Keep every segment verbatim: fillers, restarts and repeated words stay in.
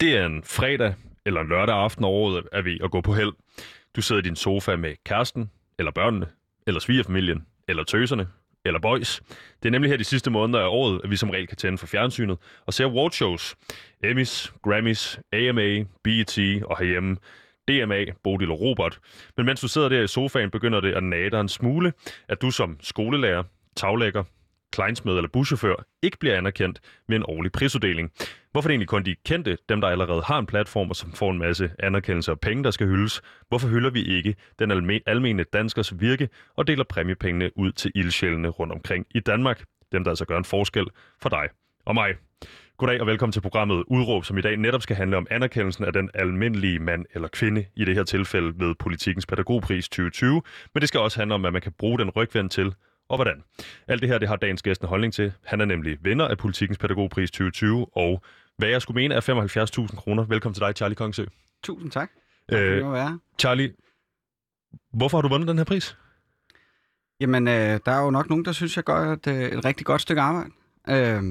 Det er en fredag eller en lørdag aften over året er ved at gå på held. Du sidder i din sofa med kæresten, eller børnene, eller svigerfamilien, eller tøserne, eller boys. Det er nemlig her de sidste måneder af året, at vi som regel kan tænde for fjernsynet og se awardshows. Emmys, Grammys, A M A, B E T og herhjemme D M A, Bodil og Robert. Men mens du sidder der i sofaen, begynder det at nage dig en smule, at du som skolelærer, taglægger, kleinsmed eller buschauffør ikke bliver anerkendt med en årlig prisuddeling. Hvorfor er det egentlig kun de kendte, dem der allerede har en platform og som får en masse anerkendelse og penge, der skal hyldes? Hvorfor hylder vi ikke den alme- almene danskers virke og deler præmiepengene ud til ildsjælene rundt omkring i Danmark? Dem, der altså gør en forskel for dig og mig. Goddag og velkommen til programmet Udråb, som i dag netop skal handle om anerkendelsen af den almindelige mand eller kvinde, i det her tilfælde ved Politikens Pædagogpris tyve tyve. Men det skal også handle om, hvad man kan bruge den rygvind til, og hvordan. Alt det her, det har dagens gæst en holdning til. Han er nemlig vinder af Politikens Pædagogpris tyve tyve, og hvad jeg skulle mene er femoghalvfjerds tusind kroner. Velkommen til dig, Charlie Kongsø. Tusind tak. Tak for øh, at være. Charlie, hvorfor har du vundet den her pris? Jamen, øh, der er jo nok nogen, der synes, jeg gør et, øh, et rigtig godt stykke arbejde. Øh,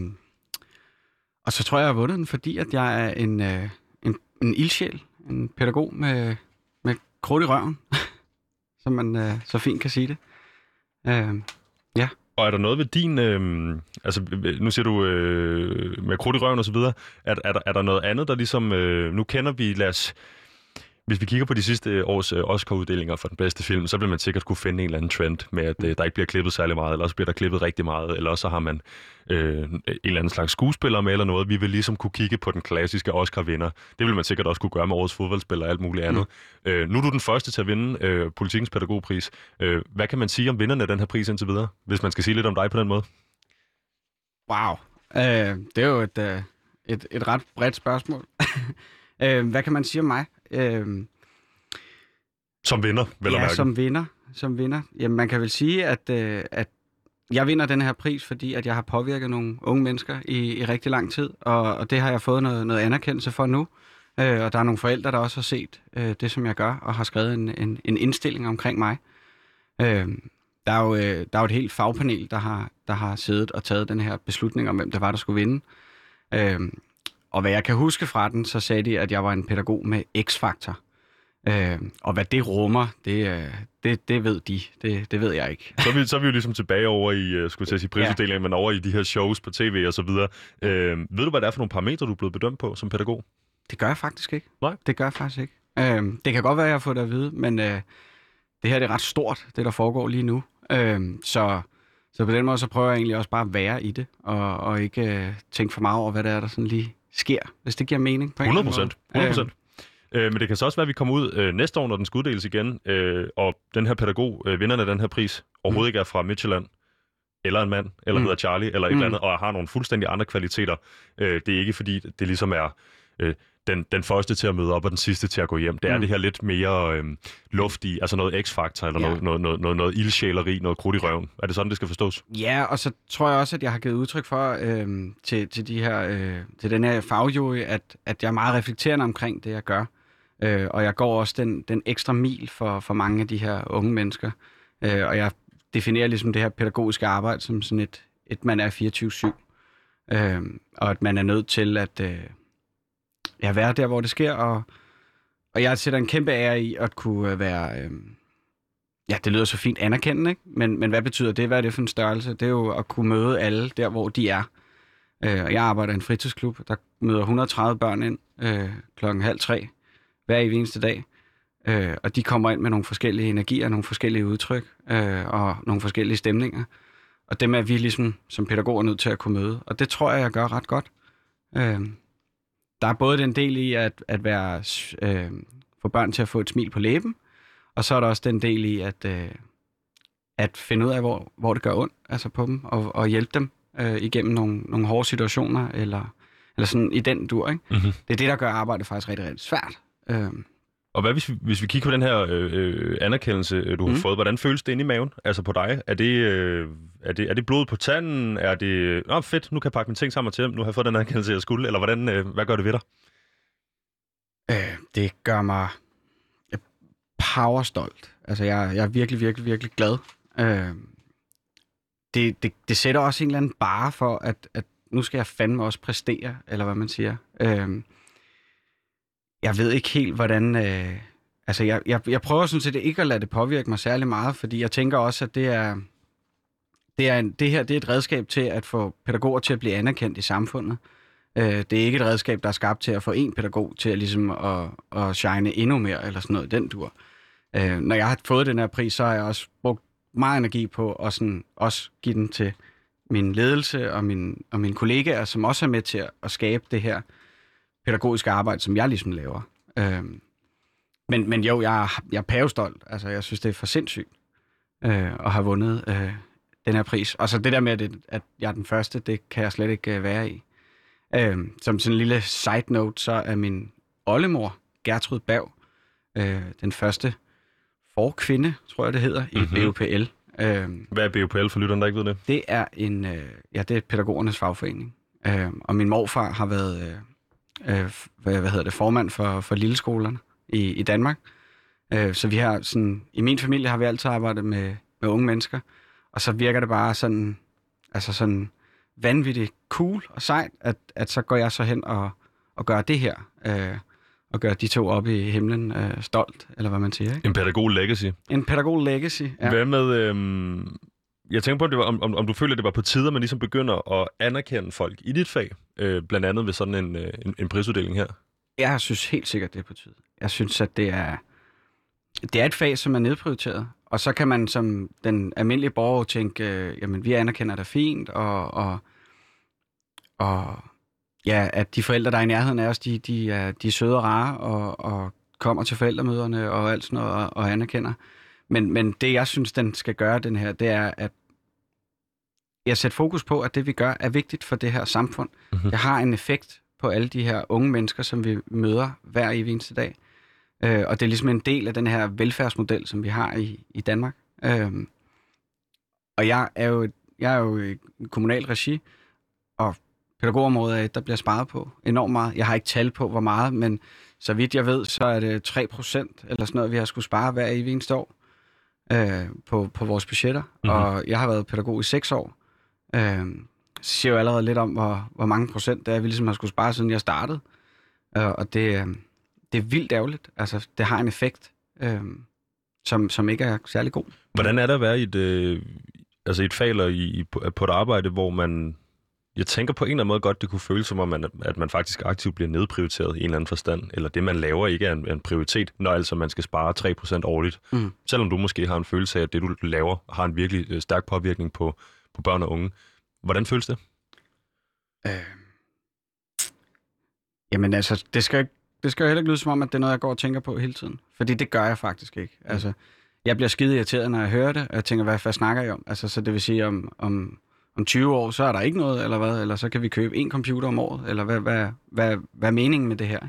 og så tror jeg, jeg har vundet den, fordi at jeg er en, øh, en, en ildsjæl, en pædagog med, med krudt i røven, som man øh, så fint kan sige det. Øh, ja. Og er der noget ved din, øh, altså nu siger du øh, med krudt i røven og så videre, er, er, der, er der noget andet, der ligesom, øh, nu kender vi, lad os, hvis vi kigger på de sidste års øh, Oscar-uddelinger for den bedste film, så vil man sikkert kunne finde en eller anden trend med, at øh, der ikke bliver klippet særlig meget, eller også bliver der klippet rigtig meget, eller også så har man øh, en eller anden slags skuespiller med eller noget. Vi vil ligesom kunne kigge på den klassiske Oscar-vinder. Det vil man sikkert også kunne gøre med årets fodboldspiller og alt muligt andet. Mm. Øh, nu er du den første til at vinde øh, Politikens Pædagogpris. Øh, hvad kan man sige om vinderne af den her pris indtil videre, hvis man skal sige lidt om dig på den måde? Wow. Øh, det er jo et, øh, et, et ret bredt spørgsmål. øh, hvad kan man sige om mig? Øh, som vinder, vel at ja, mærke. som vinder. Som vinder. Jamen, man kan vel sige, at, øh, at jeg vinder den her pris, fordi at jeg har påvirket nogle unge mennesker i, i rigtig lang tid, og, og det har jeg fået noget, noget anerkendelse for nu. Øh, og der er nogle forældre, der også har set øh, det, som jeg gør, og har skrevet en, en, en indstilling omkring mig. Øh, der, er jo, øh, der er jo et helt fagpanel, der har, der har siddet og taget den her beslutning om, hvem det var, der skulle vinde. Øh, og hvad jeg kan huske fra den, så sagde de, at jeg var en pædagog med X-faktor. Øh, og hvad det rummer, det, det, det ved de. Det, det ved jeg ikke. Så er, vi, så er vi jo ligesom tilbage over i, skulle jeg sige, prisuddelingen, ja. Men over i de her shows på tv og så videre. Øh, ved du, hvad det er for nogle parametre, du er blevet bedømt på som pædagog? Det gør jeg faktisk ikke. Nej? Det gør jeg faktisk ikke. Øh, det kan godt være, at jeg har fået det at vide, men øh, det her det er ret stort, det der foregår lige nu. Øh, så, så på den måde, så prøver jeg egentlig også bare at være i det, og, og ikke øh, tænke for meget over, hvad det er, der sådan lige sker, hvis det giver mening. På hundrede procent. hundrede procent. Øh, men det kan så også være, at vi kommer ud øh, næste år, når den skal uddeles igen, øh, og den her pædagog, øh, vinderen af den her pris, overhovedet mm. ikke er fra Midtjylland, eller en mand, eller mm. hedder Charlie, eller et mm. eller andet, og har nogle fuldstændig andre kvaliteter. Øh, det er ikke fordi, det ligesom er øh, den, den første til at møde op, og den sidste til at gå hjem. Det er mm. det her lidt mere øh, luftige, altså noget X-faktor, eller ja. noget, noget, noget, noget, noget ildsjæleri, noget krudt i røven. Er det sådan, det skal forstås? Ja, og så tror jeg også, at jeg har givet udtryk for øh, til, til, de her, øh, til den her fagjury, at, at jeg er meget reflekterende omkring det, jeg gør. Øh, og jeg går også den, den ekstra mil for, for mange af de her unge mennesker. Øh, og jeg definerer ligesom det her pædagogiske arbejde som sådan et, et man er fireogtyve syv. Øh, og at man er nødt til at øh, ja, være der, hvor det sker. Og, og jeg sætter en kæmpe ære i at kunne være, øh, ja, det lyder så fint anerkendende, ikke? Men, men hvad betyder det? Hvad er det for en størrelse? Det er jo at kunne møde alle der, hvor de er. Øh, og jeg arbejder i en fritidsklub, der møder et hundrede og tredive børn ind øh, klokken halv tre. Hver eneste dag, øh, og de kommer ind med nogle forskellige energier, nogle forskellige udtryk øh, og nogle forskellige stemninger. Og dem er vi ligesom som pædagoger nødt til at kunne møde, og det tror jeg, jeg gør ret godt. Øh, der er både den del i at, at være, øh, få børn til at få et smil på læben, og så er der også den del i at, øh, at finde ud af, hvor, hvor det gør ondt altså på dem, og, og hjælpe dem øh, igennem nogle, nogle hårde situationer, eller, eller sådan i den dur. Ikke? Mm-hmm. Det er det, der gør arbejdet faktisk rigtig, rigtig svært. Øhm. Og hvad hvis vi, hvis vi kigger på den her øh, anerkendelse, du har mm. fået, hvordan føles det inde i maven, altså på dig? Er det, øh, er det, er det blod på tanden? Er det, åh fedt, nu kan jeg pakke mine ting sammen til, nu har jeg fået den anerkendelse, jeg skulle, eller hvordan, øh, hvad gør det ved dig? Øh, det gør mig powerstolt. Altså jeg, jeg er virkelig, virkelig, virkelig glad. Øh, det, det, det sætter også en eller anden barre for, at, at nu skal jeg fandme også præstere, eller hvad man siger. Øh, Jeg ved ikke helt, hvordan... Øh, altså, jeg, jeg, jeg prøver sådan set ikke at lade det påvirke mig særlig meget, fordi jeg tænker også, at det er... Det, er en, det her det er et redskab til at få pædagoger til at blive anerkendt i samfundet. Øh, det er ikke et redskab, der er skabt til at få en pædagog til at, ligesom at, at shine endnu mere, eller sådan noget, den dur. Øh, når jeg har fået den her pris, så har jeg også brugt meget energi på at sådan, også give den til min ledelse og, min, og mine kollegaer, som også er med til at, at skabe det her pædagogiske arbejde, som jeg ligesom laver. Øh, men, men jo, jeg, jeg er pavestolt. Altså, jeg synes, det er for sindssygt øh, at have vundet øh, den her pris. Og så det der med, at, det, at jeg er den første, det kan jeg slet ikke øh, være i. Øh, som sådan en lille side note, så er min oldemor, Gertrud Berg, øh, den første forkvinde, tror jeg det hedder, i mm-hmm. B U P L. Øh, Hvad er B U P L for lytteren, der ikke ved det? Det er en, øh, ja, det er pædagogernes fagforening. Øh, og min morfar har været, øh, øh, hvad, hvad hedder det, formand for, for lilleskolerne i, i Danmark. Øh, så vi har sådan, i min familie har vi altid arbejdet med, med unge mennesker, og så virker det bare sådan, altså sådan vanvittigt cool og sejt, at, at så går jeg så hen og, og gør det her, øh, og gør de to op i himlen øh, stolt, eller hvad man siger. Ikke? En pædagog-legacy. En pædagog-legacy, ja. Hvad med, øhm, jeg tænker på, at det var, om, om, om du føler, at det var på tide, at man ligesom begynder at anerkende folk i dit fag, øh, blandt andet ved sådan en, øh, en, en prisuddeling her? Jeg synes helt sikkert, det er på tide. Jeg synes, at det er, det er et fag, som er nedprioriteret. Og så kan man som den almindelige borger tænke, øh, jamen vi anerkender det fint, og, og, og ja, at de forældre, der er i nærheden af os, de, de, er, de er søde og rare, og, og kommer til forældremøderne og alt sådan noget, og, og anerkender. Men, men det, jeg synes, den skal gøre, den her, det er, at jeg sætter fokus på, at det, vi gør, er vigtigt for det her samfund. Mm-hmm. Det har en effekt på alle de her unge mennesker, som vi møder hver evig eneste dag. Øh, og det er ligesom en del af den her velfærdsmodel, som vi har i, i Danmark. Øh, og jeg er jo, jeg er jo i kommunal regi, og pædagogområdet er et, der bliver sparet på enormt meget. Jeg har ikke tal på, hvor meget, men så vidt jeg ved, så er det tre procent eller sådan noget, vi har skulle spare hver evig eneste år øh, på, på vores budgetter. Mm-hmm. Og jeg har været pædagog i seks år. Øh, så siger jo allerede lidt om, hvor, hvor mange procent det er, vi ligesom har skulle spare, siden jeg startede. Øh, og det, øh, det er vildt ærgerligt. Altså, det har en effekt, øh, som, som ikke er særlig god. Hvordan er det at være i et, øh, altså i et fag eller i, i, på, på et arbejde, hvor man... Jeg tænker på en eller anden måde godt, det kunne føles som om, man, at man faktisk aktivt bliver nedprioriteret i en eller anden forstand, eller det, man laver, ikke er en, en prioritet, når altså man skal spare tre procent årligt. Mm. Selvom du måske har en følelse af, at det, du laver, har en virkelig stærk påvirkning på, på børn og unge. Hvordan føles det? Øh... Jamen altså, det skal, det skal jo heller ikke lyde som om, at det er noget, jeg går og tænker på hele tiden. Fordi det gør jeg faktisk ikke. Mm. Altså, jeg bliver skide irriteret, når jeg hører det, og jeg tænker, hvad, hvad snakker I om? Altså, så det vil sige, om... om om tyve år, så er der ikke noget, eller hvad? Eller så kan vi købe en computer om året, eller hvad, hvad, hvad, hvad er meningen med det her?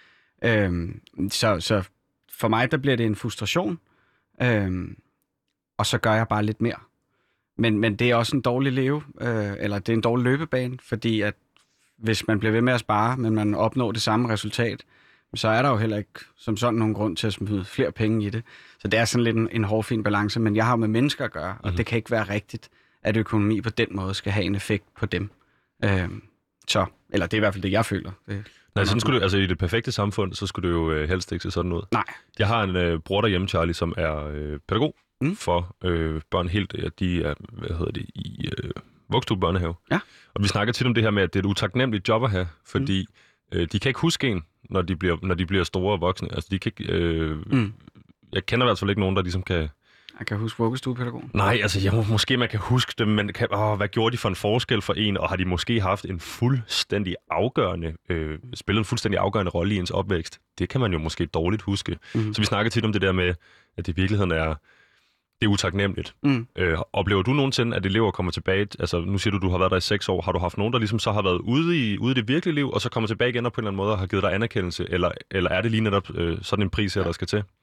Øhm, så, så for mig, der bliver det en frustration, øhm, og så gør jeg bare lidt mere. Men, men det er også en dårlig leve, øh, eller det er en dårlig løbebane, fordi at hvis man bliver ved med at spare, men man opnår det samme resultat, så er der jo heller ikke som sådan nogen grund til at smide flere penge i det. Så det er sådan lidt en, en hårfin balance, men jeg har med mennesker at gøre, og mm-hmm. det kan ikke være rigtigt, at økonomi på den måde skal have en effekt på dem. Øhm, så, eller det er i hvert fald det, jeg føler. Det, Nej, sådan skulle du, altså i det perfekte samfund, så skulle det jo øh, helst ikke se sådan ud. Nej. Jeg har en øh, bror derhjemme, Charlie, som er øh, pædagog mm. for øh, børn helt, ja, de er, hvad hedder det, i øh, vuggestuebørnehave. Ja. Og vi snakker tit om det her med, at det er et utaknemmeligt job at have, fordi mm. øh, de kan ikke huske en, når de bliver, når de bliver store og voksne. Altså de kan ikke, øh, mm. jeg kender i hvert fald ikke nogen, der ligesom kan... Jeg kan huske vuggestuepædagogen. Nej, altså jeg må, måske man kan huske dem, men kan, åh, hvad gjorde de for en forskel for en, og har de måske haft en fuldstændig afgørende, øh, spillet en fuldstændig afgørende rolle i ens opvækst? Det kan man jo måske dårligt huske. Mm. Så vi snakker tit om det der med, at det i virkeligheden er, det er utaknemmeligt. Mm. Øh, oplever du nogensinde, at elever kommer tilbage, altså nu siger du, du har været der i seks år, har du haft nogen, der ligesom så har været ude i, ude i det virkelige liv, og så kommer tilbage igen og på en eller anden måde har givet dig anerkendelse, eller, eller er det lige netop øh, sådan en pris her, der skal til?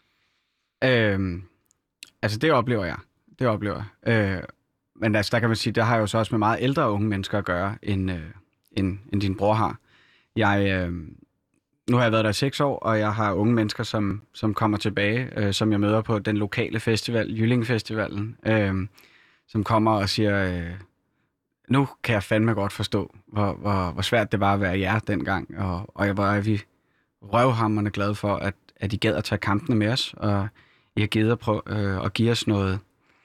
Øhm... Altså, det oplever jeg. Det oplever jeg. Øh, men altså, der kan man sige, der har jeg jo så også med meget ældre unge mennesker at gøre, end, øh, end, end din bror har. Jeg, øh, nu har jeg været der i seks år, og jeg har unge mennesker, som, som kommer tilbage, øh, som jeg møder på den lokale festival, Jylling Festivalen, øh, som kommer og siger, øh, nu kan jeg fandme godt forstå, hvor, hvor, hvor svært det var at være jer dengang, og, og hvor, er vi, røvhamrende glad for, at, at I gad at tage kampene med os, og I har givet at, prøve, øh, at give os noget,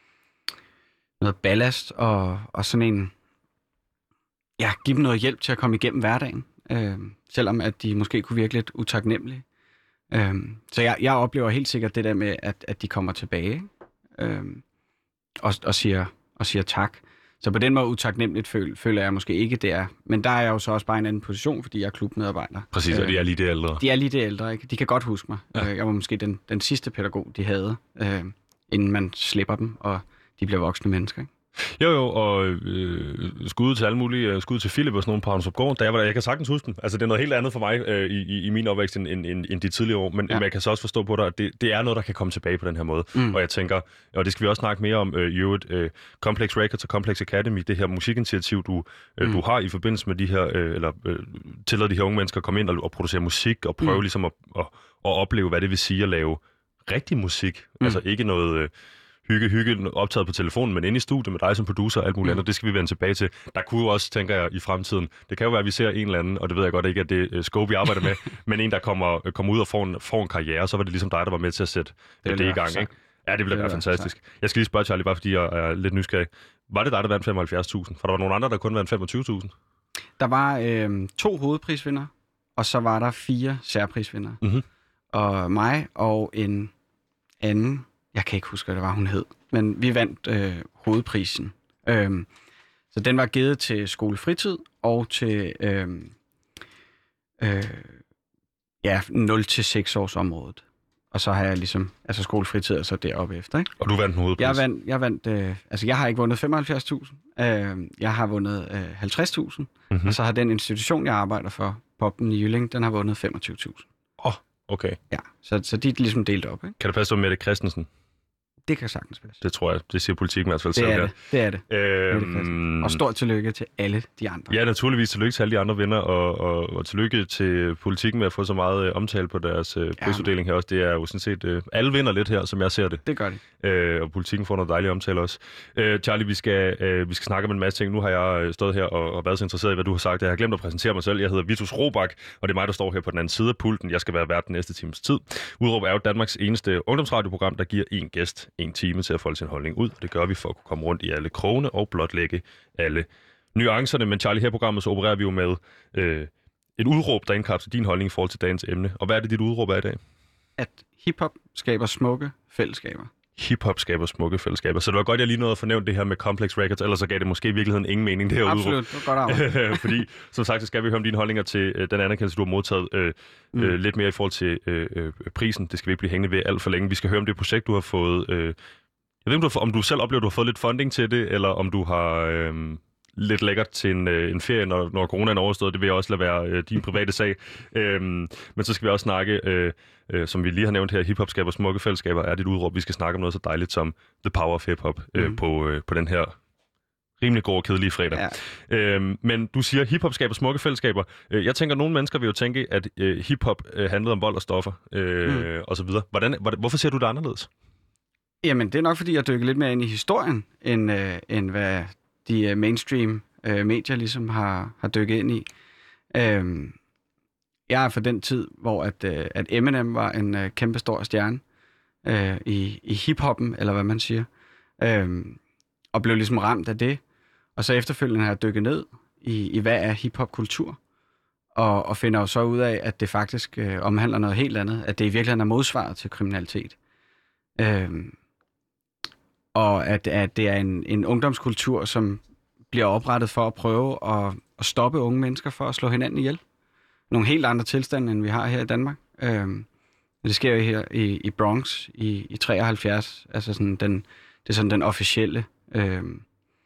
noget ballast, og, og sådan en, ja, give dem noget hjælp til at komme igennem hverdagen, øh, selvom at de måske kunne virke lidt utaknemmelige. Øh, så jeg, jeg oplever helt sikkert det der med, at, at de kommer tilbage, øh, og, og, siger, og siger tak. Så på den måde utaknemmeligt føl, føler jeg måske ikke, det er. Men der er jeg jo så også bare i en anden position, fordi jeg er klubmedarbejder. Præcis, og de er lige det ældre. De er lige det ældre, ikke? De kan godt huske mig. Ja. Jeg var måske den, den sidste pædagog, de havde, øh, inden man slipper dem, og de bliver voksne mennesker, ikke? Jo, jo, og øh, skud til alle mulige, skud til Philip og sådan nogle på Havnsopgården, da jeg var der, jeg kan sagtens huske dem. Altså, det er noget helt andet for mig øh, i, i min opvækst end, end, end de tidligere år, men, ja. men jeg kan så også forstå på dig, at det, det er noget, der kan komme tilbage på den her måde. Mm. Og jeg tænker, og det skal vi også snakke mere om, øh, jo, øh, Complex Records og Complex Academy, det her musikinitiativ, du, øh, mm. du har i forbindelse med de her, øh, eller øh, tillader de her unge mennesker at komme ind og, og producere musik, og prøve mm. ligesom at, at, at opleve, hvad det vil sige at lave rigtig musik. Mm. Altså ikke noget... Øh, hygge, hygge optaget på telefonen, men inde i studiet med dig som producer og alt muligt mm. andet, det skal vi vende tilbage til. Der kunne jo også, tænker jeg, i fremtiden, det kan jo være, at vi ser en eller anden, og det ved jeg godt ikke, at det er scope, vi arbejder med, men en, der kommer, kommer ud og får en, får en karriere, så var det ligesom dig, der var med til at sætte det, det i gang, ikke? Ja, det ville være fantastisk. Sagt. Jeg skal lige spørge, Charlie, bare fordi jeg er lidt nysgerrig. Var det dig, der vandt femoghalvfjerds tusind? For der var nogle andre, der kun vandt femogtyve tusind? Der var øh, to hovedprisvindere, og så var der fire særprisvindere. Mm-hmm. Og mig og en anden, jeg kan ikke huske, hvad det var, hun hed, men vi vandt øh, hovedprisen. Øhm, så den var givet til skolefritid og til øh, øh, ja, nul til seks års området. Og så har jeg ligesom, altså skolefritid og så deroppe efter, ikke? Og du vandt en hovedpris? Jeg vandt, jeg vandt, øh, altså jeg har ikke vundet femoghalvfjerds tusind. Øh, jeg har vundet øh, halvtreds tusind. Mm-hmm. Og så har den institution, jeg arbejder for, Poppen i Jylling, den har vundet femogtyve tusind. Åh, oh, okay. Ja, så, så de er ligesom delt op, ikke? Kan det passe med Mette Christensen? Det kan sagtens passe. Det tror jeg. Det siger politikken i hvert fald selv. Det er det. Det er det. Øhm... Det og stort tillykke til alle de andre. Ja, naturligvis tillykke til alle de andre vinder, og, og, og tillykke til politikken med at få så meget øh, omtale på deres øh, prisuddeling her også. Det er jo sådan set, øh, alle vinder lidt her, som jeg ser det. Det gør de. Øh, og politikken får noget dejlig omtale også. Øh, Charlie, vi skal, øh, vi skal snakke om en masse ting. Nu har jeg stået her og, og været så interesseret i, hvad du har sagt. Jeg har glemt at præsentere mig selv. Jeg hedder Vitus Robak, og det er mig, der står her på den anden side af pulten. Jeg skal være vært den næste times tid. Udråb er jo Danmarks eneste ungdomsradioprogram, der giver en gæst en time til at folde sin holdning ud. Det gør vi for at kunne komme rundt i alle krogene og blotlægge alle nuancerne. Men Charlie, her i programmet så opererer vi jo med øh, et udråb, der indkapsler din holdning i forhold til dagens emne. Og hvad er det, dit udråb er i dag? At hiphop skaber smukke fællesskaber. Hiphop skaber smukke fællesskaber. Så det var godt, jeg lige nåede at fornævne det her med Complex Records, ellers så gav det måske i virkeligheden ingen mening, det her udråb. Absolut, det var godt arbejde. Fordi, som sagt, så skal vi høre om dine holdninger til øh, den anerkendelse, du har modtaget øh, mm. øh, lidt mere i forhold til øh, øh, prisen. Det skal vi ikke blive hængende ved alt for længe. Vi skal høre om det projekt, du har fået... Øh, jeg ved ikke, om du selv oplever, at du har fået lidt funding til det, eller om du har øh, lidt lækkert til en, øh, en ferie, når, når coronaen er overstået. Det vil jeg også lade være øh, din private sag. Øh, men så skal vi også snakke, øh, øh, som vi lige har nævnt her, hiphop skaber smukke fællesskaber, er dit udråb. Vi skal snakke om noget så dejligt som The Power of Hip Hop øh, mm. på, øh, på den her rimelig god og kedelige fredag. Ja. Øh, men du siger, hiphop skaber smukke fællesskaber. Jeg tænker, at nogle mennesker vil jo tænke, at øh, hiphop øh, handlede om vold og stoffer øh, mm. og så videre. Hvordan, hvordan, hvorfor ser du det anderledes? Jamen, det er nok, fordi jeg dykker lidt mere ind i historien, end, øh, end hvad de uh, mainstream øh, medier ligesom har, har dykket ind i. Øhm, jeg er fra den tid, hvor at, øh, at Eminem var en øh, kæmpe stor stjerne øh, i, i hiphoppen, eller hvad man siger, øhm, og blev ligesom ramt af det. Og så efterfølgende har jeg dykket ned i, i hvad er hiphop-kultur, og, og finder jo så ud af, at det faktisk øh, omhandler noget helt andet, at det i virkeligheden er modsvaret til kriminalitet. Øhm, og at, at det er en, en ungdomskultur, som bliver oprettet for at prøve at, at stoppe unge mennesker for at slå hinanden ihjel. Nogle helt andre tilstande, end vi har her i Danmark. Øhm, det sker jo her i, i Bronx i, i treoghalvfjerds. Altså sådan den, det er sådan den officielle... Øhm,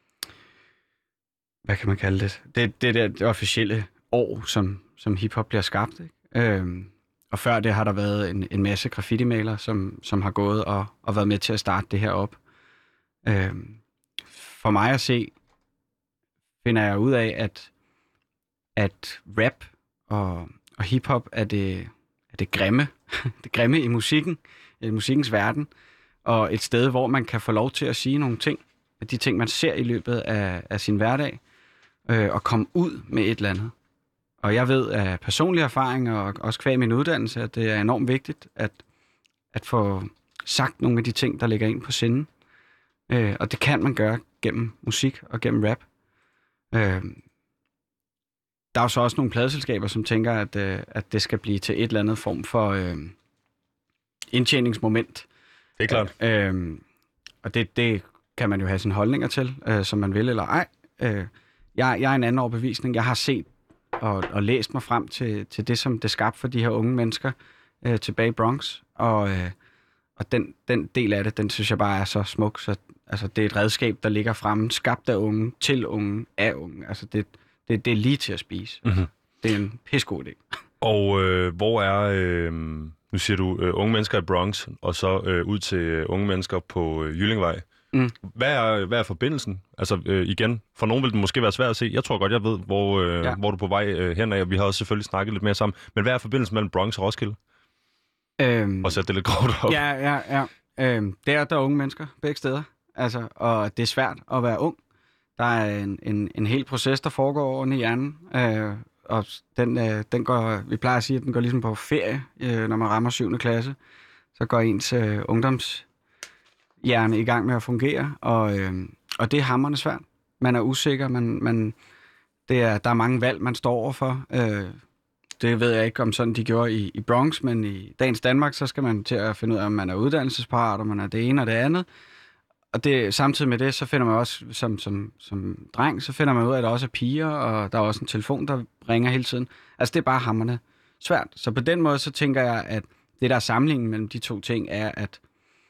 hvad kan man kalde det? Det, det er det officielle år, som, som hiphop bliver skabt. Ikke? Øhm, og før det har der været en, en masse graffiti-malere, som, som har gået og, og været med til at starte det her op. Øhm, for mig at se, finder jeg ud af, at, at rap og, og hiphop er det, er det grimme. det grimme i musikken, i musikkens verden. Og et sted, hvor man kan få lov til at sige nogle ting. De ting, man ser i løbet af, af sin hverdag. Øh, og komme ud med et eller andet. og jeg ved af personlig erfaring, og også kvæg min uddannelse, at det er enormt vigtigt at, at få sagt nogle af de ting, der ligger ind på sinden. Øh, og det kan man gøre gennem musik og gennem rap. Øh, der er jo så også nogle pladeselskaber, som tænker, at, øh, at det skal blive til et eller andet form for øh, indtjeningsmoment. Det er klart. Øh, og det, det kan man jo have sine holdninger til, øh, som man vil eller ej. Øh, jeg, jeg er en anden overbevisning. Jeg har set og, og læst mig frem til, til det, som det skabte for de her unge mennesker øh, tilbage i Bronx. Og, øh, og den, den del af det, den synes jeg bare er så smuk. Så, altså, det er et redskab, der ligger fremme, skabt af unge, til unge, af unge. Altså, det, det, det er lige til at spise. Mm-hmm. Det er en pissegod idé. Og øh, hvor er, øh, nu siger du, øh, unge mennesker i Bronx, og så øh, ud til øh, unge mennesker på øh, Jyllingevej. Mm. Hvad, er, hvad er forbindelsen? Altså øh, igen, for nogen vil det måske være svært at se. Jeg tror godt, jeg ved, hvor, øh, ja. hvor du er på vej øh, henad, og vi har også selvfølgelig snakket lidt mere sammen. Men hvad er forbindelsen mellem Bronx og Roskilde? Øhm, og sætte det lidt grovt op. Ja, ja, ja. Øhm, der, der er unge mennesker begge steder, altså, og det er svært at være ung. Der er en, en, en hel proces, der foregår under hjernen, øh, og den, øh, den går, vi plejer at sige, at den går ligesom på ferie, øh, når man rammer syvende klasse. Så går ens øh, ungdomshjerne i gang med at fungere, og, øh, og det er hamrende svært. Man er usikker, man, man, det er, der er mange valg, man står overfor. Øh, det ved jeg ikke, om sådan de gjorde i, i Bronx, men i dagens Danmark, så skal man til at finde ud af, om man er uddannelsesparat, om man er det ene og det andet. Og det, samtidig med det, så finder man også, som, som, som dreng, så finder man ud af, at der også er piger, og der er også en telefon, der ringer hele tiden. Altså, det er bare hamrende svært. Så på den måde, så tænker jeg, at det, der er sammenligningen mellem de to ting, er, at,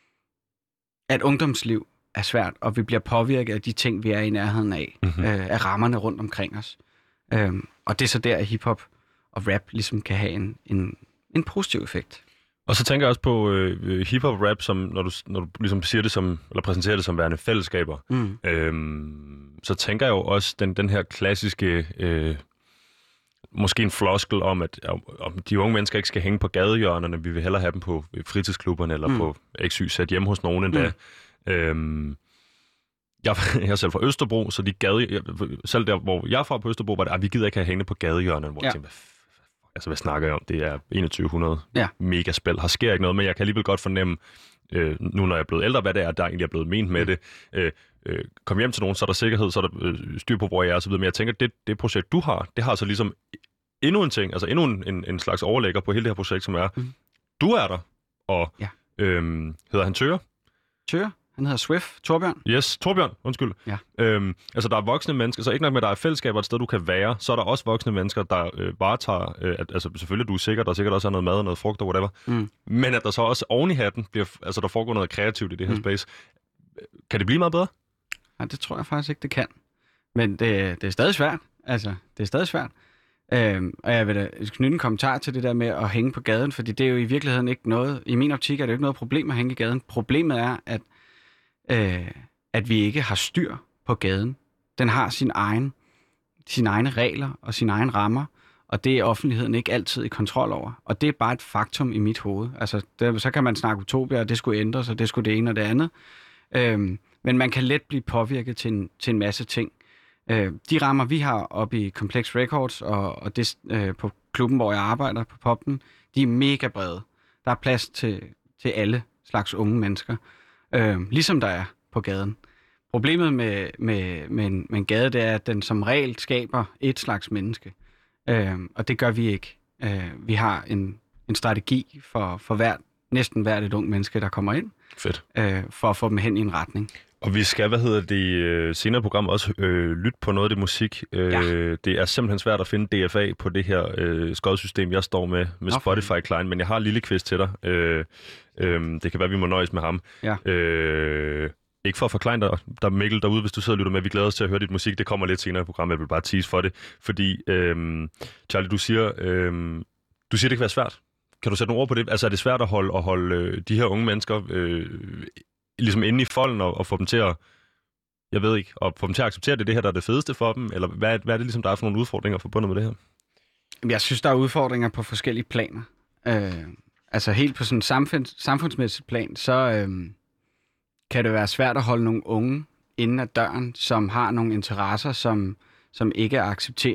at ungdomsliv er svært, og vi bliver påvirket af de ting, vi er i nærheden af, mm-hmm. øh, af rammerne rundt omkring os. Øhm, og det er så der, at hiphop og rap ligesom kan have en, en, en positiv effekt. Og så tænker jeg også på øh, hip-hop-rap, som, når du, når du ligesom siger det som, eller præsenterer det som værende fællesskaber, mm. øhm, så tænker jeg jo også den, den her klassiske, øh, måske en floskel om, at om de unge mennesker ikke skal hænge på gadehjørnerne, vi vil hellere have dem på fritidsklubberne, eller mm. på X Y Z hjemme hos nogen endda. Mm. Øhm, jeg, jeg er selv fra Østerbro, så de gade, jeg, selv der, hvor jeg er fra på Østerbro, var det, at vi gider ikke have hængende på gadehjørnerne, hvor ja. jeg tænker, altså, hvad snakker jeg om? Det er enogtyve hundrede. Ja. Mega spil. Her sker ikke noget, men jeg kan alligevel godt fornemme, øh, nu når jeg er blevet ældre, hvad det er, der egentlig er blevet ment med mm. det. Øh, øh, kom hjem til nogen, så er der sikkerhed, så er der øh, styr på, hvor jeg er, og så videre. Men jeg tænker, det, det projekt, du har, det har så ligesom endnu en ting, altså endnu en, en, en slags overlægger på hele det her projekt, som er, mm. du er der, og ja. øh, hedder han Tøre? Tøre? Han hedder Swift. Torbjørn? Yes, Torbjørn, undskyld. Ja. Øhm, altså, der er voksne mennesker, så ikke nok med, at der er fællesskaber et sted, du kan være, så er der også voksne mennesker, der øh, varetager, øh, at, altså selvfølgelig, du er sikker, der er sikkert også er noget mad og noget frugt og whatever, mm. men at der så også oven i hatten, bliver, altså der foregår noget kreativt i det her mm. space. Kan det blive meget bedre? Nej, det tror jeg faktisk ikke, det kan. Men det, det er stadig svært. Altså, det er stadig svært. Øhm, og jeg vil da knytte en kommentar til det der med at hænge på gaden, fordi det er jo i virkeligheden ikke noget, i min optik er det jo ikke noget problem at hænge i gaden. Problemet er, at Øh, at vi ikke har styr på gaden. Den har sin egen, sine egne regler og sine egne rammer, og det er offentligheden ikke altid i kontrol over. Og det er bare et faktum i mit hoved. Altså, det, så kan man snakke utopia, og det skulle ændres, og det skulle det ene og det andet. Øh, men man kan let blive påvirket til en, til en masse ting. Øh, de rammer, vi har oppe i Complex Records, og, og det, øh, på klubben, hvor jeg arbejder på Poppen, de er mega brede. Der er plads til, til alle slags unge mennesker. Øh, ligesom der er på gaden. Problemet med, med, med, en, med en gade, det er, at den som regel skaber et slags menneske. Øh, og det gør vi ikke. Øh, vi har en, en strategi for, for hvert, næsten hvert et ung menneske, der kommer ind. Fedt. Øh, for at få dem hen i en retning. Og vi skal, hvad hedder det, senere program også øh, lytte på noget af det musik. Øh, ja. Det er simpelthen svært at finde D F A på det her øh, skodsystem, jeg står med, med okay. Spotify Client, men jeg har en lille quiz til dig. Øh, øh, det kan være, vi må nøjes med ham. Ja. Øh, ikke for at forklare dig, der er Mikkel derude, hvis du sidder og lytter med. Vi glæder os til at høre dit musik. Det kommer lidt senere i programmet. Jeg vil bare tease for det. Fordi, øh, Charlie, du siger, øh, du siger, det kan være svært. Kan du sætte nogle ord på det? Altså, er det svært at holde, at holde øh, de her unge mennesker øh, ligesom inde i folden og, og få dem til at, jeg ved ikke, og få dem til at acceptere, at det er det her, der er det fedeste for dem? Eller hvad, hvad er det ligesom, der er for nogle udfordringer forbundet med det her? Jeg synes, der er udfordringer på forskellige planer. Øh, altså helt på sådan en samfunds, samfundsmæssigt plan, så øh, kan det være svært at holde nogle unge inden ad døren, som har nogle interesser, som, som ikke er accepteret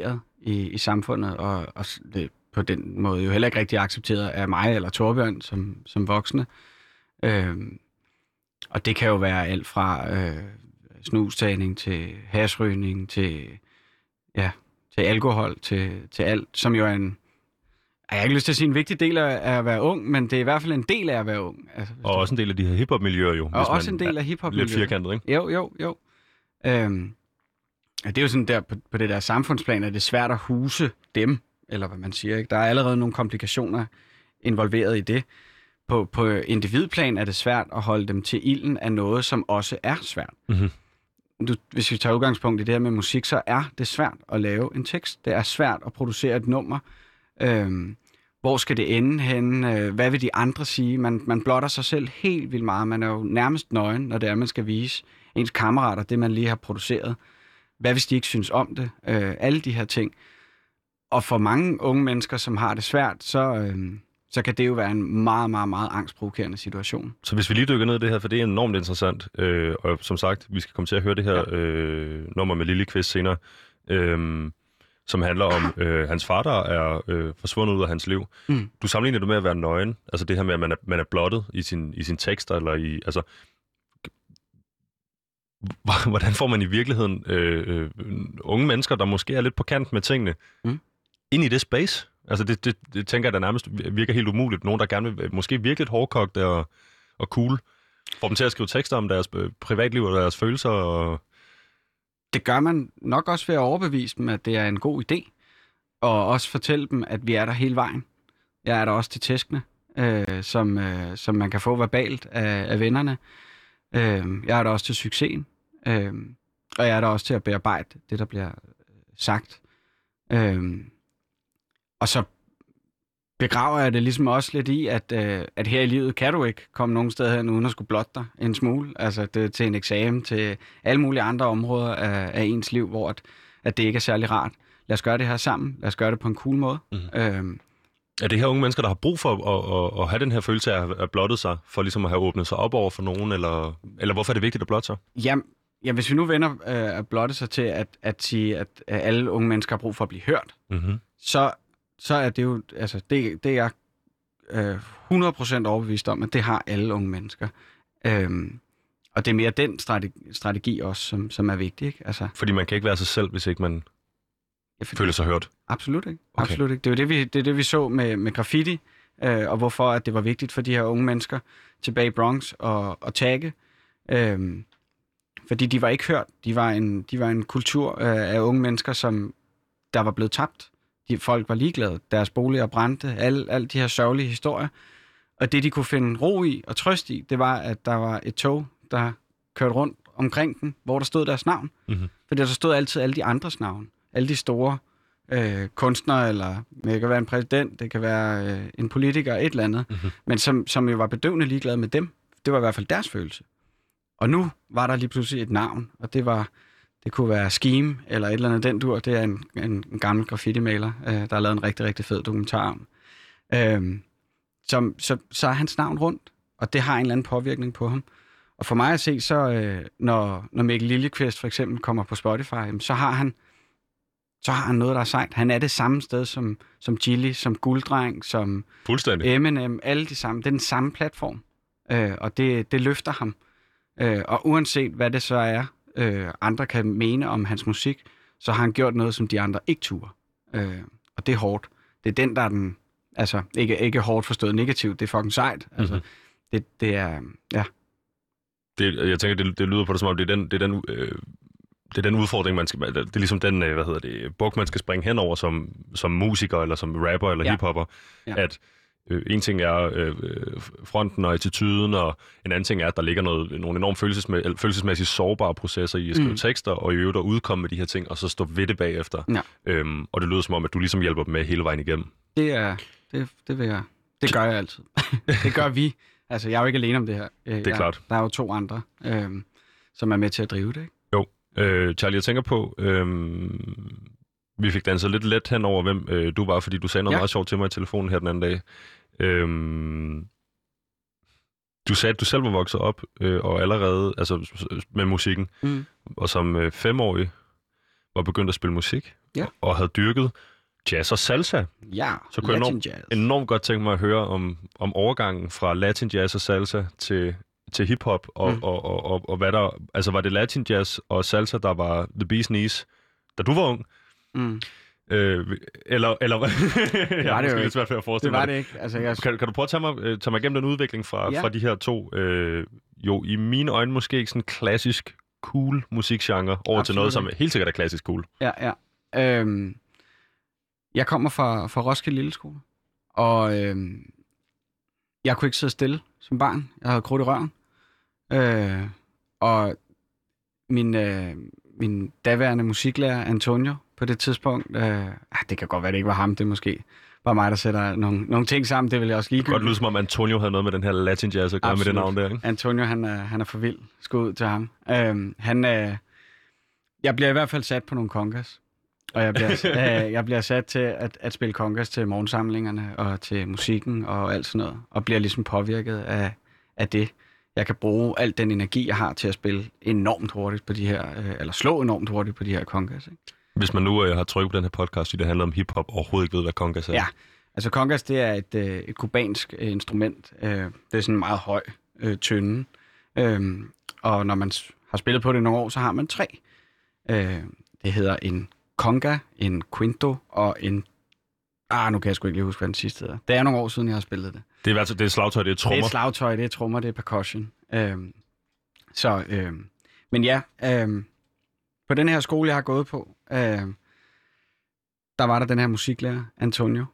i, i samfundet, og, og det, på den måde jo heller ikke rigtig accepteret af mig eller Torbjørn som, som voksne. Øhm, og det kan jo være alt fra øh, snustagning til hashrygning til, ja, til alkohol, til, til alt, som jo er en, jeg har ikke lyst til at sige en vigtig del af at være ung, men det er i hvert fald en del af at være ung. Altså, og også en del af de her hiphop-miljøer jo. Og også en del af hiphop-miljøer. Lidt firkantet, ikke? Jo, jo, jo. Øhm, det er jo sådan der, på, på det der samfundsplan, at det er svært at huse dem, eller hvad man siger, ikke? Der er allerede nogle komplikationer involveret i det. På, på individplan er det svært at holde dem til ilden af noget, som også er svært. Mm-hmm. Du, hvis vi tager udgangspunkt i det her med musik, så er det svært at lave en tekst. Det er svært at producere et nummer. Øhm, hvor skal det ende henne? Hvad vil de andre sige? Man, man blotter sig selv helt vildt meget. Man er jo nærmest nøgen, når det er, man skal vise ens kammerater det, man lige har produceret. Hvad hvis de ikke synes om det? Øh, alle de her ting. Og for mange unge mennesker, som har det svært, så, øh, så kan det jo være en meget, meget, meget angstprovokerende situation. Så hvis vi lige dykker ned i det her, for det er enormt interessant, øh, og som sagt, vi skal komme til at høre det her ja. øh, nummer med Lille Kvist senere, øh, som handler om, øh, hans far, der er øh, forsvundet ud af hans liv. Mm. Du sammenligner det med at være nøgen, altså det her med, at man er, man er blottet i sin, i sin tekster, eller i, altså, hvordan får man i virkeligheden øh, øh, unge mennesker, der måske er lidt på kant med tingene, mm. ind i det space? Altså det, det, det tænker jeg, der nærmest virker helt umuligt. Nogen, der gerne vil, måske virkelig hårdkogte og, og cool, får dem til at skrive tekster om deres øh, privatliv og deres følelser. Og... Det gør man nok også ved at overbevise dem, at det er en god idé. Og også fortælle dem, at vi er der hele vejen. Jeg er der også til tæskene, øh, som, øh, som man kan få verbalt af, af vennerne. Øh, jeg er der også til succesen. Øh, og jeg er der også til at bearbejde det, der bliver sagt. Øh, og så begraver jeg det ligesom også lidt i, at, øh, at her i livet kan du ikke komme nogen steder hen, uden at skulle blotte dig en smule. Altså det, til en eksamen, til alle mulige andre områder af, af ens liv, hvor at, at det ikke er særlig rart. Lad os gøre det her sammen. Lad os gøre det på en cool måde. Mm-hmm. Øhm, er det her unge mennesker, der har brug for at, at, at have den her følelse af at have blottet sig, for ligesom at have åbnet sig op over for nogen, eller, eller hvorfor er det vigtigt at blotte sig? Jamen, ja, hvis vi nu vender øh, at blotte sig til at, at sige, at alle unge mennesker har brug for at blive hørt, mm-hmm. så, så er det jo, altså det, det er øh, hundrede procent overbevist om, at det har alle unge mennesker. Øhm, og det er mere den strategi, strategi også, som, som er vigtig, ikke? Altså, fordi man kan ikke være sig selv, hvis ikke man ja, fordi, føler sig hørt? Absolut ikke. Okay. Absolut ikke. Det er jo det, vi, det, er det, vi så med, med graffiti, øh, og hvorfor at det var vigtigt for de her unge mennesker tilbage i Bronx og, og tagge. Øhm, fordi de var ikke hørt. De var en, de var en kultur øh, af unge mennesker, som der var blevet tabt. De, folk var ligeglade. Deres boliger brændte. Alle, alle de her sørgelige historier. Og det, de kunne finde ro i og trøst i, det var, at der var et tog, der kørte rundt omkring den, hvor der stod deres navn. Mm-hmm. Fordi der stod altid alle de andres navn. Alle de store øh, kunstnere, eller det kan være en præsident, det kan være øh, en politiker, et eller andet. Mm-hmm. Men som, som jo var bedøvende ligeglade med dem. Det var i hvert fald deres følelse. Og nu var der lige pludselig et navn, og det var det kunne være Scheme, eller et eller andet den dur. Det er en, en, en gammel graffiti-maler, øh, der har lavet en rigtig, rigtig fed dokumentar om. Øh, som, så, så er hans navn rundt, og det har en eller anden påvirkning på ham. Og for mig at se, så øh, når, når Mikkel Lillekvist for eksempel kommer på Spotify, så har han så har han noget, der er sejt. Han er det samme sted som, som Chili, som Gulddreng, som Eminem, alle de samme. Det er den samme platform, øh, og det, det løfter ham. Øh, og uanset hvad det så er, øh, andre kan mene om hans musik, så har han gjort noget, som de andre ikke turde. Øh, og det er hårdt. Det er den, der er den, altså ikke, ikke hårdt forstået negativt, det er fucking sejt. Altså, mm-hmm. det, det er, ja. Det, jeg tænker, det, det lyder på det, som om det er den, det er den, øh, det er den udfordring, man skal, det er ligesom den, øh, hvad hedder det, buk, man skal springe hen over som, som musiker, eller som rapper, eller ja. hiphopper, ja. At øh, en ting er øh, fronten og attituden, og en anden ting er, at der ligger noget, nogle enormt følelsesmæ- følelsesmæssigt sårbare processer i at skrive mm. tekster, og i øvrigt at udkomme med de her ting, og så stå ved det bagefter. Ja. Øhm, og det lyder som om, at du ligesom hjælper dem med hele vejen igennem. Det er, det, det vil jeg, det gør jeg altid. Det gør vi. Altså, jeg er jo ikke alene om det her. Jeg, det er klart. Der er jo to andre, øhm, som er med til at drive det, ikke? Jo. Øh, Charlie, jeg tænker på, øhm, vi fik danset lidt let hen over, hvem øh, du var, fordi du sagde noget ja. meget sjovt til mig i telefonen her den anden dag. Øhm, du sagde, at du selv var vokset op, øh, og allerede altså, med musikken, mm. og som øh, femårig var begyndt at spille musik, Ja. og havde dyrket jazz og salsa, Ja, så kunne jeg Latin enormt, jazz. enormt godt tænke mig at høre om, om overgangen fra latin jazz og salsa til, til hiphop, og, mm. og, og, og, og hvad der... Altså, var det latin jazz og salsa, der var the bee's knees, da du var ung? Mm. Øh, eller... eller Det var det jo lidt ikke. svært for at forestille Det var mig det ikke. Altså, jeg... Kan, kan du prøve at tage mig, øh, tage mig igennem den udvikling fra, Ja. fra de her to, øh, jo i mine øjne måske ikke sådan klassisk cool musikgenre, over Absolut til noget, som ikke. helt sikkert er klassisk cool? Ja, ja. Øhm, jeg kommer fra, fra Roskilde Lilleskole, og øhm, jeg kunne ikke sidde stille som barn. Jeg havde krudt i røven. Øh, og min, øh, min daværende musiklærer, Antonio, på det tidspunkt, øh, det kan godt være, det ikke var ham, det er måske bare mig, der sætter nogle, nogle ting sammen, det vil jeg også lige Godt lyde som om Antonio havde noget med den her latin jazz at gøre med det navn der, ikke? Antonio, han er, han er for vild. Skud ud til ham. Øhm, han, øh, jeg bliver i hvert fald sat på nogle congas. Og jeg bliver, øh, jeg bliver sat til at, at spille congas til morgensamlingerne og til musikken og alt sådan noget. Og bliver ligesom påvirket af, af det. Jeg kan bruge al den energi, jeg har til at spille enormt hurtigt på de her, øh, eller slå enormt hurtigt på de her congas. Ikke? Hvis man nu øh, har trykket på den her podcast, fordi det handler om hiphop, og overhovedet ikke ved, hvad congas er. Ja, altså congas, det er et, øh, et kubansk øh, instrument. Øh, det er sådan en meget høj øh, tynde. Øh, og når man har spillet på det nogle år, så har man tre. Øh, det hedder en conga, en quinto og en... Ah, nu kan jeg sgu ikke lige huske, hvad den sidste hedder. Det er nogle år siden, jeg har spillet det. Det er altså det er slagtøj, det er trommer. Det er slagtøj, det er trommer, det er percussion. Øhm, så, øhm, men ja, øhm, på den her skole, jeg har gået på, øhm, der var der den her musiklærer, Antonio,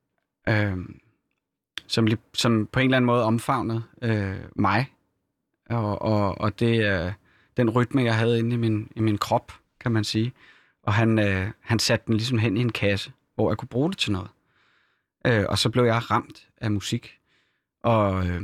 øhm, som, som på en eller anden måde omfavnede øh, mig, og, og, og det er øh, den rytme, jeg havde inde i min, i min krop, kan man sige. Og han, øh, han satte den ligesom hen i en kasse, hvor jeg kunne bruge det til noget. Øh, og så blev jeg ramt af musik. Og øh,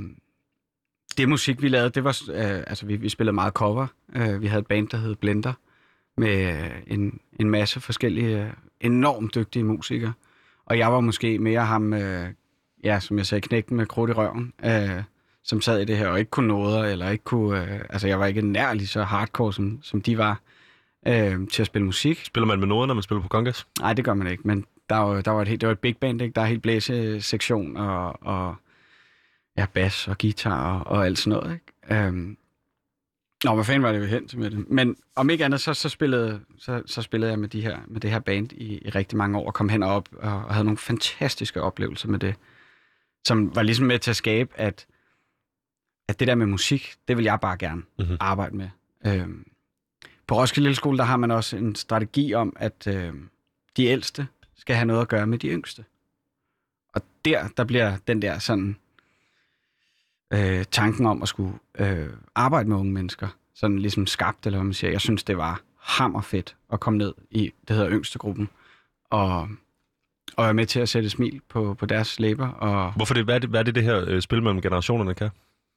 det musik, vi lavede, det var... Øh, altså, vi, vi spillede meget cover. Øh, vi havde et band, der hed Blender, med øh, en, en masse forskellige, øh, enormt dygtige musikere. Og jeg var måske mere ham, øh, ja, som jeg sagde, knægten med krudt i røven, øh, som sad i det her og ikke kunne noder, eller ikke kunne... Øh, altså, jeg var ikke nær lige så hardcore, som, som de var, øh, til at spille musik. Spiller man med noder, når man spiller på congas? Nej, det gør man ikke, men der var, der var et helt, det var et big band, ikke? Der er helt blæsesektion og, og ja, bas og guitar og, og alt sådan noget, ikke? Øhm. Nå, hvad fanden var det vi hen til med det? Men om ikke andet, så, så, spillede, så, så spillede jeg med, de her, med det her band i, i rigtig mange år, og kom hen og op og, og havde nogle fantastiske oplevelser med det, som var ligesom med til at skabe, at, at det der med musik, det vil jeg bare gerne mm-hmm. arbejde med. Øhm. På Roskilde Lilleskole, der har man også en strategi om, at øh, de ældste skal have noget at gøre med de yngste. Og der, der bliver den der sådan øh, tanken om at skulle øh, arbejde med unge mennesker, sådan ligesom skabt, eller hvad man siger. Jeg synes, det var hammerfedt at komme ned i, det hedder yngste-gruppen, og, og være med til at sætte smil på, på deres læber. Og, Hvorfor det? Hvad er det, hvad er det, det her øh, spil mellem generationerne kan?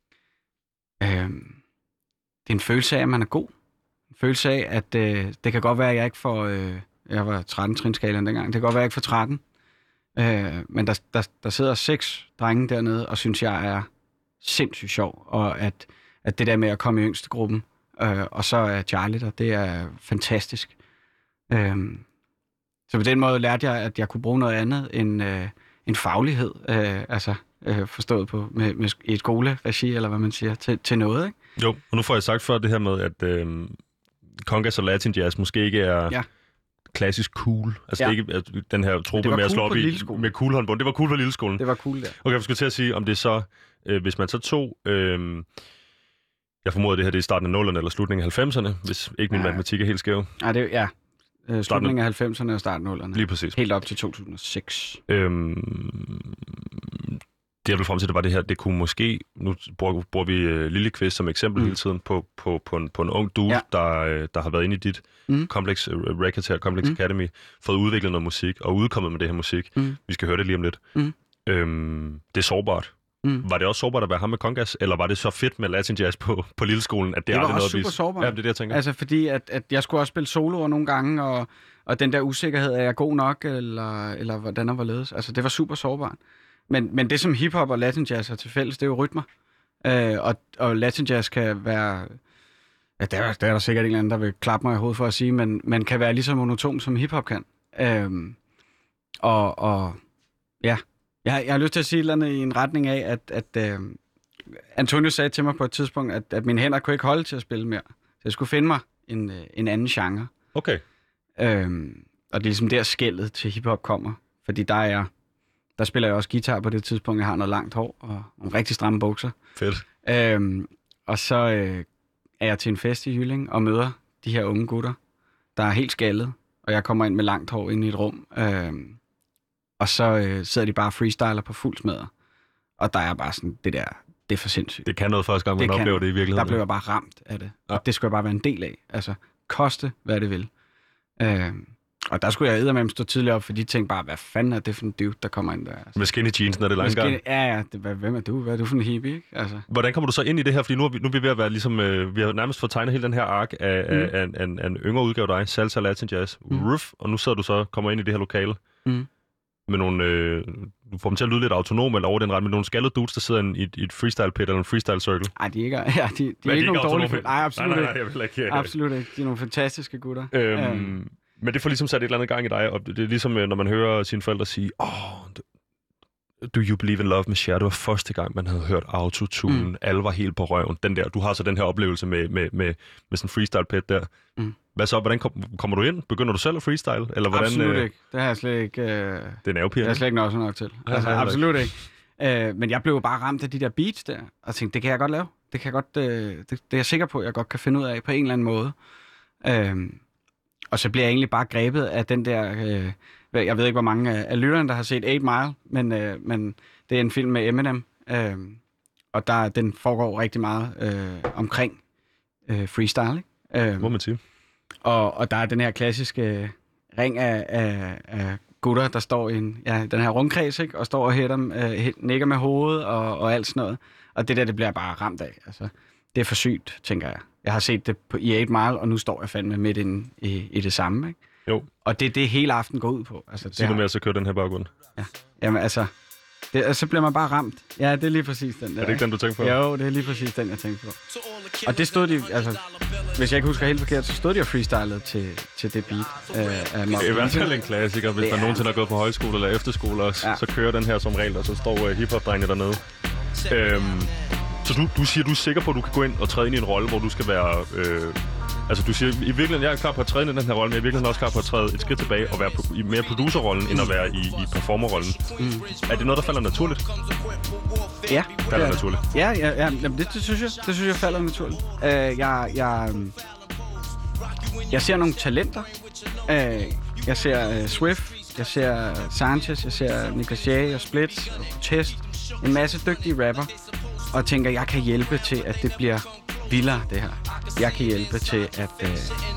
Øh, det er en følelse af, at man er god. En følelse af, at øh, det kan godt være, at jeg ikke får... Øh, jeg var tretten-trinskalaen dengang. Det kan godt være, at jeg ikke får tretten. Øh, men der, der, der sidder seks drenge dernede, og synes, jeg er sindssygt sjov. Og at, at det der med at komme i yngste gruppen, øh, og så er Charlie der, det er fantastisk. Øh, så på den måde lærte jeg, at jeg kunne bruge noget andet end, øh, end faglighed. Øh, altså øh, forstået på med, med i et skoleregi, eller hvad man siger, til, til noget, ikke? Jo, og nu får jeg sagt før det her med, at øh, congas og latin jazz måske ikke er... Ja. klassisk cool. Altså Ja. det er ikke altså, den her trope cool med at slå på op i Lilleskolen. med cool håndbold. Det var cool på Lilleskolen. Det var cool, der. Okay, jeg skulle til at sige, om det så, øh, hvis man så tog, øh, jeg formoder det her, det er starten af nullerne eller slutningen af halvfemserne, hvis ikke min Ja. matematik er helt skæv. Nej, det er, ja. Øh, slutningen af halvfemserne og starten af nullerne. Lige præcis. Helt op til to tusind og seks. Øhm, det jeg vil frem til, det var det her, det kunne måske, nu bruger, bruger vi uh, Lille Quiz som eksempel mm. hele tiden på, på, på, en, på en ung dude, ja. der, der har været inde i dit mm. Complex uh, Records her, Complex mm. Academy, fået udviklet noget musik og udkommet med det her musik. Mm. Vi skal høre det lige om lidt. Mm. Øhm, det er sårbart. Mm. Var det også sårbart at være ham med congas, eller var det så fedt med latin jazz på, på Lilleskolen, at det, det var aldrig også noget, super vi... sårbart. Ja, det er det, jeg tænker. Altså fordi, at, at jeg skulle også spille soloer nogle gange, og, og den der usikkerhed, er jeg god nok, eller, eller hvordan og hvorledes. Altså det var super sårbart. Men, men det som hiphop og latin jazz har til fælles, det er jo rytmer. Øh, og, og latin jazz kan være Ja, der er, der er der sikkert en eller anden, der vil klappe mig i hovedet for at sige, men man kan være lige så monoton, som hiphop kan. Øhm, og, og ja, jeg, jeg har lyst til at sige et eller andet i en retning af, at, at øh, Antonio sagde til mig på et tidspunkt, at, at mine hænder kunne ikke holde til at spille mere. Så jeg skulle finde mig en, en anden genre. Okay. Øhm, og det er ligesom der skældet til hiphop kommer. Fordi der er der spiller jeg også guitar på det tidspunkt. Jeg har noget langt hår og nogle rigtig stramme bukser. Fedt. Øhm, og så øh, er jeg til en fest i Jylling og møder de her unge gutter, der er helt skaldet. Og jeg kommer ind med langt hår ind i et rum. Øhm, og så øh, sidder de bare og freestyler på fuld smadre. Og der er bare sådan, det der, det er for sindssygt. Det kan noget første gang, man det oplever det i virkeligheden. Der blev jeg bare ramt af det. Ja. Og det skulle jeg bare være en del af. Altså, koste hvad det vil. Øhm, og der skulle jeg eddermame stå tidligere op, for de tænkte bare, hvad fanden er det for en dude, der kommer ind der? Altså. Med skinny jeans, når det er lang gang. Ja, ja. Det, hvad, hvem er du? Hvad er du for en hippie, ikke? Altså. Hvordan kommer du så ind i det her? Fordi nu er vi, nu er vi ved at være ligesom, øh, vi har nærmest fået tegnet hele den her ark af, mm. af, af, af, en, af en yngre udgave af dig, salsa, latin, jazz, mm. roof, og nu sidder du så, kommer ind i det her lokale. Mm. Med nogle, øh, du får dem til at lyde lidt autonom eller over den ret, med nogle skaldede dudes, der sidder i et, i et freestyle pit eller en freestyle circle. Nej, de er ikke, ja, de, de er ikke nogen dårlige. Nej, absolut nej, nej, ikke. jeg vil ikke. Absolut ikke. De er nogle fantastiske gutter. Øhm, um. Men det får ligesom sat et eller andet gang i dig, og det er ligesom, når man hører sine forældre sige, åh, oh, do you believe in love med Cher? Det var første gang, man havde hørt autotune. Mm. Alle var helt på røven. Den der, du har så den her oplevelse med, med, med, med sådan en freestyle pit der. Mm. Hvad så? Hvordan kom, kommer du ind? Begynder du selv at freestyle? Eller hvordan, absolut øh... ikke. Det har jeg slet ikke... Øh... Det er nervepirrende. Det har slet ikke noget nok til. Ja, altså, absolut ikke. ikke. Øh, men jeg blev bare ramt af de der beats der, og tænkte, det kan jeg godt lave. Det kan jeg godt... Øh, det, det er jeg sikker på, at jeg godt kan finde ud af på en eller anden måde. Øh, og så bliver jeg egentlig bare grebet af den der... Øh, jeg ved ikke, hvor mange af, af lytterne, der har set eight mile, men, øh, men det er en film med Eminem, øh, og der, den foregår rigtig meget øh, omkring øh, freestyle, ikke? Øh, Må man sige. Og, og der er den her klassiske ring af, af, af gutter, der står i en, ja, den her rundkreds, ikke? Og står og hætter, øh, nikker med hovedet og, og alt sådan noget. Og det der, det bliver jeg bare ramt af. Altså, det er for sygt, tænker jeg. Jeg har set det på, i eight mile, og nu står jeg fandme midt inde i, i det samme, ikke? Jo. Og det er det, hele aften går ud på. Altså, Sig nu med, at så kører den her baggrund. Ja. Jamen altså, det, så bliver man bare ramt. Ja, det er lige præcis den der. Er det ikke den, du tænker på? Jo, det er lige præcis den, jeg tænker på. Og det stod de, altså, hvis jeg ikke husker helt forkert, så stod de og freestylede til, til det beat. Øh, af det er i hvert fald en klassiker, hvis det man er... nogensinde har gået på højskole eller efterskole også, ja. Så kører den her som regel, og så står uh, hiphop-drengene dernede. Øhm, så du, du siger, du er sikker på, at du kan gå ind og træde ind i en rolle, hvor du skal være... Øh, altså du siger, i virkeligheden, jeg er klar på at træde ind i den her rolle, men jeg er i virkeligheden også klar på at træde et skridt tilbage og være på, i mere producerrollen, end at være i, i performerrollen. Mm. Er det noget, der falder naturligt? Ja. Falder ja. naturligt? Ja, ja, ja. Jamen, det, det, synes jeg, det synes jeg falder naturligt. Uh, jeg, jeg, jeg ser nogle talenter. Uh, jeg ser uh, Swift, jeg ser Sanchez, jeg ser Nick Lachey og Splits og Protest. En masse dygtige rapper. Og tænker, jeg kan hjælpe til, at det bliver vildere, det her. Jeg kan hjælpe til, at, øh,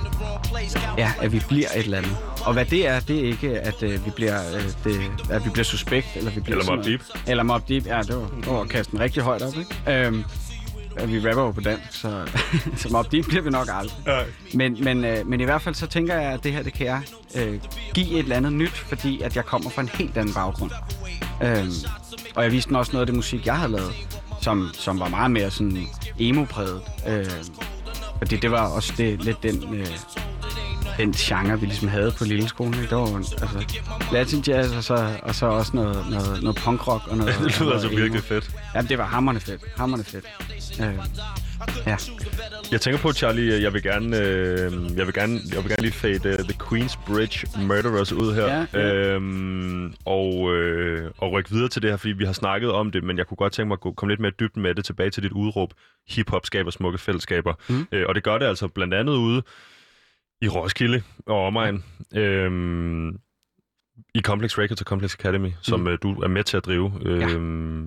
ja, at vi bliver et eller andet. Og hvad det er, det er ikke, at øh, vi bliver, øh, det, at vi bliver suspekt, eller vi bliver eller Mobb Deep. Eller Mobb Deep, ja, det var, det var at kaste den rigtig højt op, ikke? Øhm, vi rapper jo på dansk, så, så Mobb Deep bliver vi nok aldrig. Ja. Men, men, øh, men i hvert fald så tænker jeg, at det her, det kan jeg øh, give et eller andet nyt, fordi at jeg kommer fra en helt anden baggrund. Øhm, og jeg viste den også noget af det musik, jeg havde lavet, som, som var meget mere sådan emo-præget. Øh, fordi det var også det, lidt den, øh, den genre, vi ligesom havde på Lilleskolen. Det var altså latin jazz, og så, og så også noget, noget, noget punkrock og noget. Det lyder altså virkelig fedt. Ja, det var hamrende fedt. Hamrende fedt. Øh, ja. Jeg tænker på, Charlie, jeg vil gerne, øh, jeg vil gerne, jeg vil gerne lige fade uh, The Queensbridge Murderers ud her, ja, ja. Øhm, og, øh, og rykke videre til det her, fordi vi har snakket om det, men jeg kunne godt tænke mig at komme lidt mere dybden med det, tilbage til dit udråb, hip-hop skaber smukke fællesskaber. Mm. Øh, og det gør det altså blandt andet ude i Roskilde og omegn, øhm, i Complex Records og Complex Academy, som mm. øh, du er med til at drive. Øh, ja.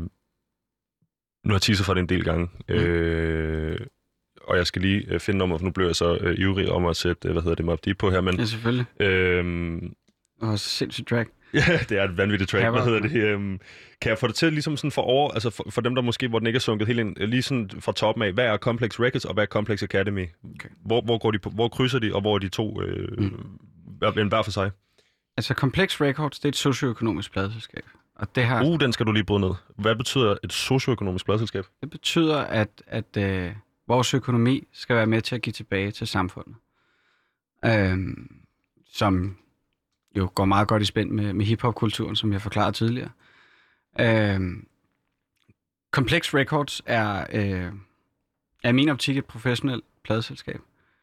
Nu har jeg teaset for det en del gange. Mm. Øh, og jeg skal lige øh, finde nummer, for nu bliver jeg så øh, ivrig om at sætte, øh, hvad hedder det, Mobb Deep på her, men... Ja, selvfølgelig. Øhm, Åh, sindssygt track. Ja, det er et vanvittigt track, hvad hedder det? Øhm, kan jeg få det til ligesom sådan for over, altså for, for dem, der måske, hvor den ikke er sunket helt ind, lige sådan fra toppen af, hvad er Complex Records, og hvad er Complex Academy? Okay. Hvor, hvor, går de på, hvor krydser de, og hvor er de to øh, mm. en hver for sig? Altså, Complex Records, det er et socioøkonomisk pladeselskab. Og det har... Uh, den skal du lige bryde ned. Hvad betyder et socioøkonomisk pladeselskab? Det betyder, at, at øh, Vores økonomi skal være med til at give tilbage til samfundet. Øhm, som jo går meget godt i spænd med, med hiphop-kulturen, som jeg forklarede tidligere. Øhm, Complex Records er, øh, er i min optik et professionelt pladeselskab.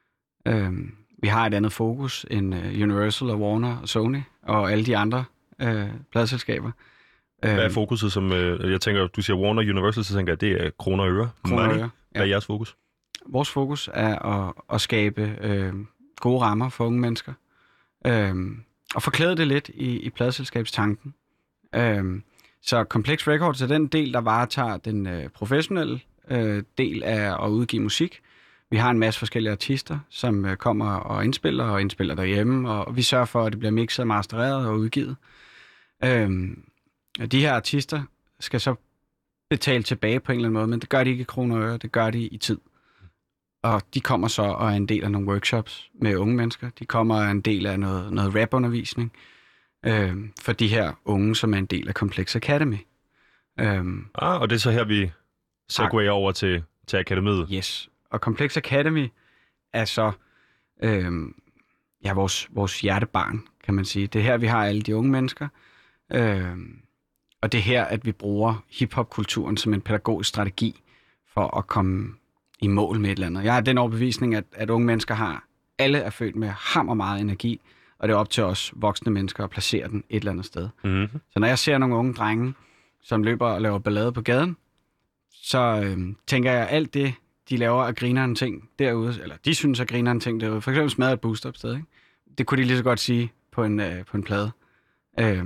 Øhm, vi har et andet fokus end øh, Universal og Warner og Sony og alle de andre øh, pladeselskaber. Hvad er fokuset, som øh, jeg tænker, du siger Warner Universal, så tænker jeg, det er kroner og øre. Kroner og øre, ja. Hvad er jeres fokus? Vores fokus er at, at skabe øh, gode rammer for unge mennesker. Øh, og forklæde det lidt i, i pladeselskabstanken. Øh, så Complex Records er den del, der varetager den øh, professionelle øh, del af at udgive musik. Vi har en masse forskellige artister, som øh, kommer og indspiller og indspiller derhjemme, og vi sørger for, at det bliver mixet, mastereret og udgivet. Øh, de her artister skal så betale tilbage på en eller anden måde, men det gør de ikke i kroner og øre, det gør de i tid. Og de kommer så og er en del af nogle workshops med unge mennesker. De kommer og er en del af noget, noget rapundervisning øh, for de her unge, som er en del af Complex Academy. Øh, ah, og det er så her, vi segwayer over til, til akademiet. Yes. Og Complex Academy er så øh, ja, vores, vores hjertebarn, kan man sige. Det er her, vi har alle de unge mennesker. Øh, og det er her, at vi bruger hiphop-kulturen som en pædagogisk strategi for at komme i mål med et eller andet. Jeg har den overbevisning, at, at unge mennesker har, alle er født med hammer meget energi, og det er op til os voksne mennesker at placere den et eller andet sted. Mm-hmm. Så når jeg ser nogle unge drenge, som løber og laver ballade på gaden, så øh, tænker jeg, alt det, de laver af grinerende ting derude, eller de synes af grinerende ting derude, for eksempel smadre et boost-op-sted, ikke? Det kunne de lige så godt sige på en, øh, på en plade. Øh,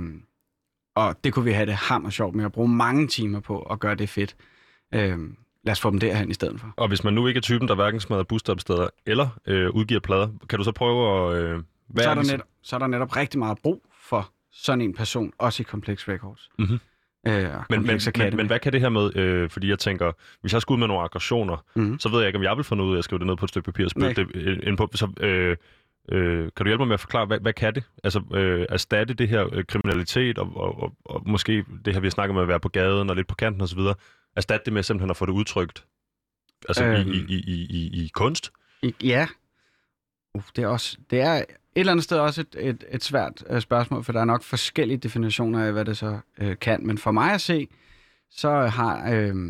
og det kunne vi have det hammer sjovt med at bruge mange timer på at gøre det fedt. Øh, Lad os få dem derhen i stedet for. Og hvis man nu ikke er typen, der hverken smadrer boostopsteder eller øh, udgiver plader, kan du så prøve at... Øh, hvad så, er er der det? net, så er der netop rigtig meget brug for sådan en person, også i Complex Records. Mm-hmm. Øh, men, men, men, men hvad kan det her med? Øh, fordi jeg tænker, hvis jeg skulle ud med nogle aggressioner, mm-hmm. så ved jeg ikke, om jeg vil få noget ud af at skrive det ned på et stykke papir og spille det ind på. Så, øh, øh, kan du hjælpe mig med at forklare, hvad, hvad kan det? Altså øh, erstatte det her øh, kriminalitet, og, og, og, og måske det her, vi har snakket med at være på gaden og lidt på kanten osv., erstatte det med simpelthen at få det udtrykt? Altså øhm, i, i, i, i, i kunst? I, ja. Uh, det er også... Det er et eller andet sted også et, et, et svært uh, spørgsmål, for der er nok forskellige definitioner af, hvad det så uh, kan. Men for mig at se, så har, uh,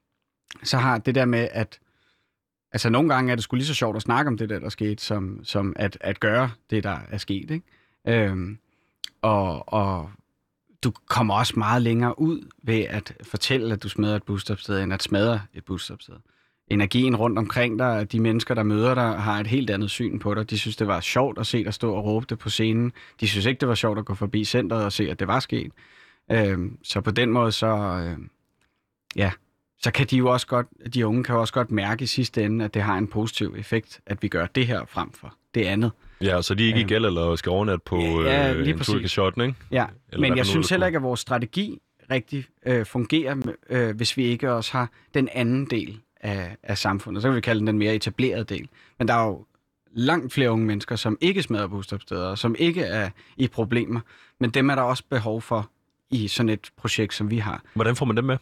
så har det der med, at... Altså nogle gange er det sgu lige så sjovt at snakke om det der, der skete, som, som at, at gøre det, der er sket, ikke? Uh, og... og du kommer også meget længere ud ved at fortælle, at du smadrer et busstopsted, end at smadre et busstopsted. Energien rundt omkring dig, de mennesker, der møder dig, har et helt andet syn på dig. De synes, det var sjovt at se dig stå og råbe det på scenen. De synes ikke, det var sjovt at gå forbi centret og se, at det var sket. Øhm, så på den måde, så, øh, ja, så kan de jo også godt, de unge kan jo også godt mærke i sidste ende, at det har en positiv effekt, at vi gør det her frem for det andet. Ja, så de ikke i gæld eller skal overnatte på ja, øh, en Turkish-shot, ikke? Ja, eller men jeg synes heller ikke, at vores strategi rigtig øh, fungerer, øh, hvis vi ikke også har den anden del af, af samfundet. Så kan vi kalde den den mere etablerede del. Men der er jo langt flere unge mennesker, som ikke smadrer busstopsteder, som ikke er i problemer. Men dem er der også behov for i sådan et projekt, som vi har. Hvordan får man dem med?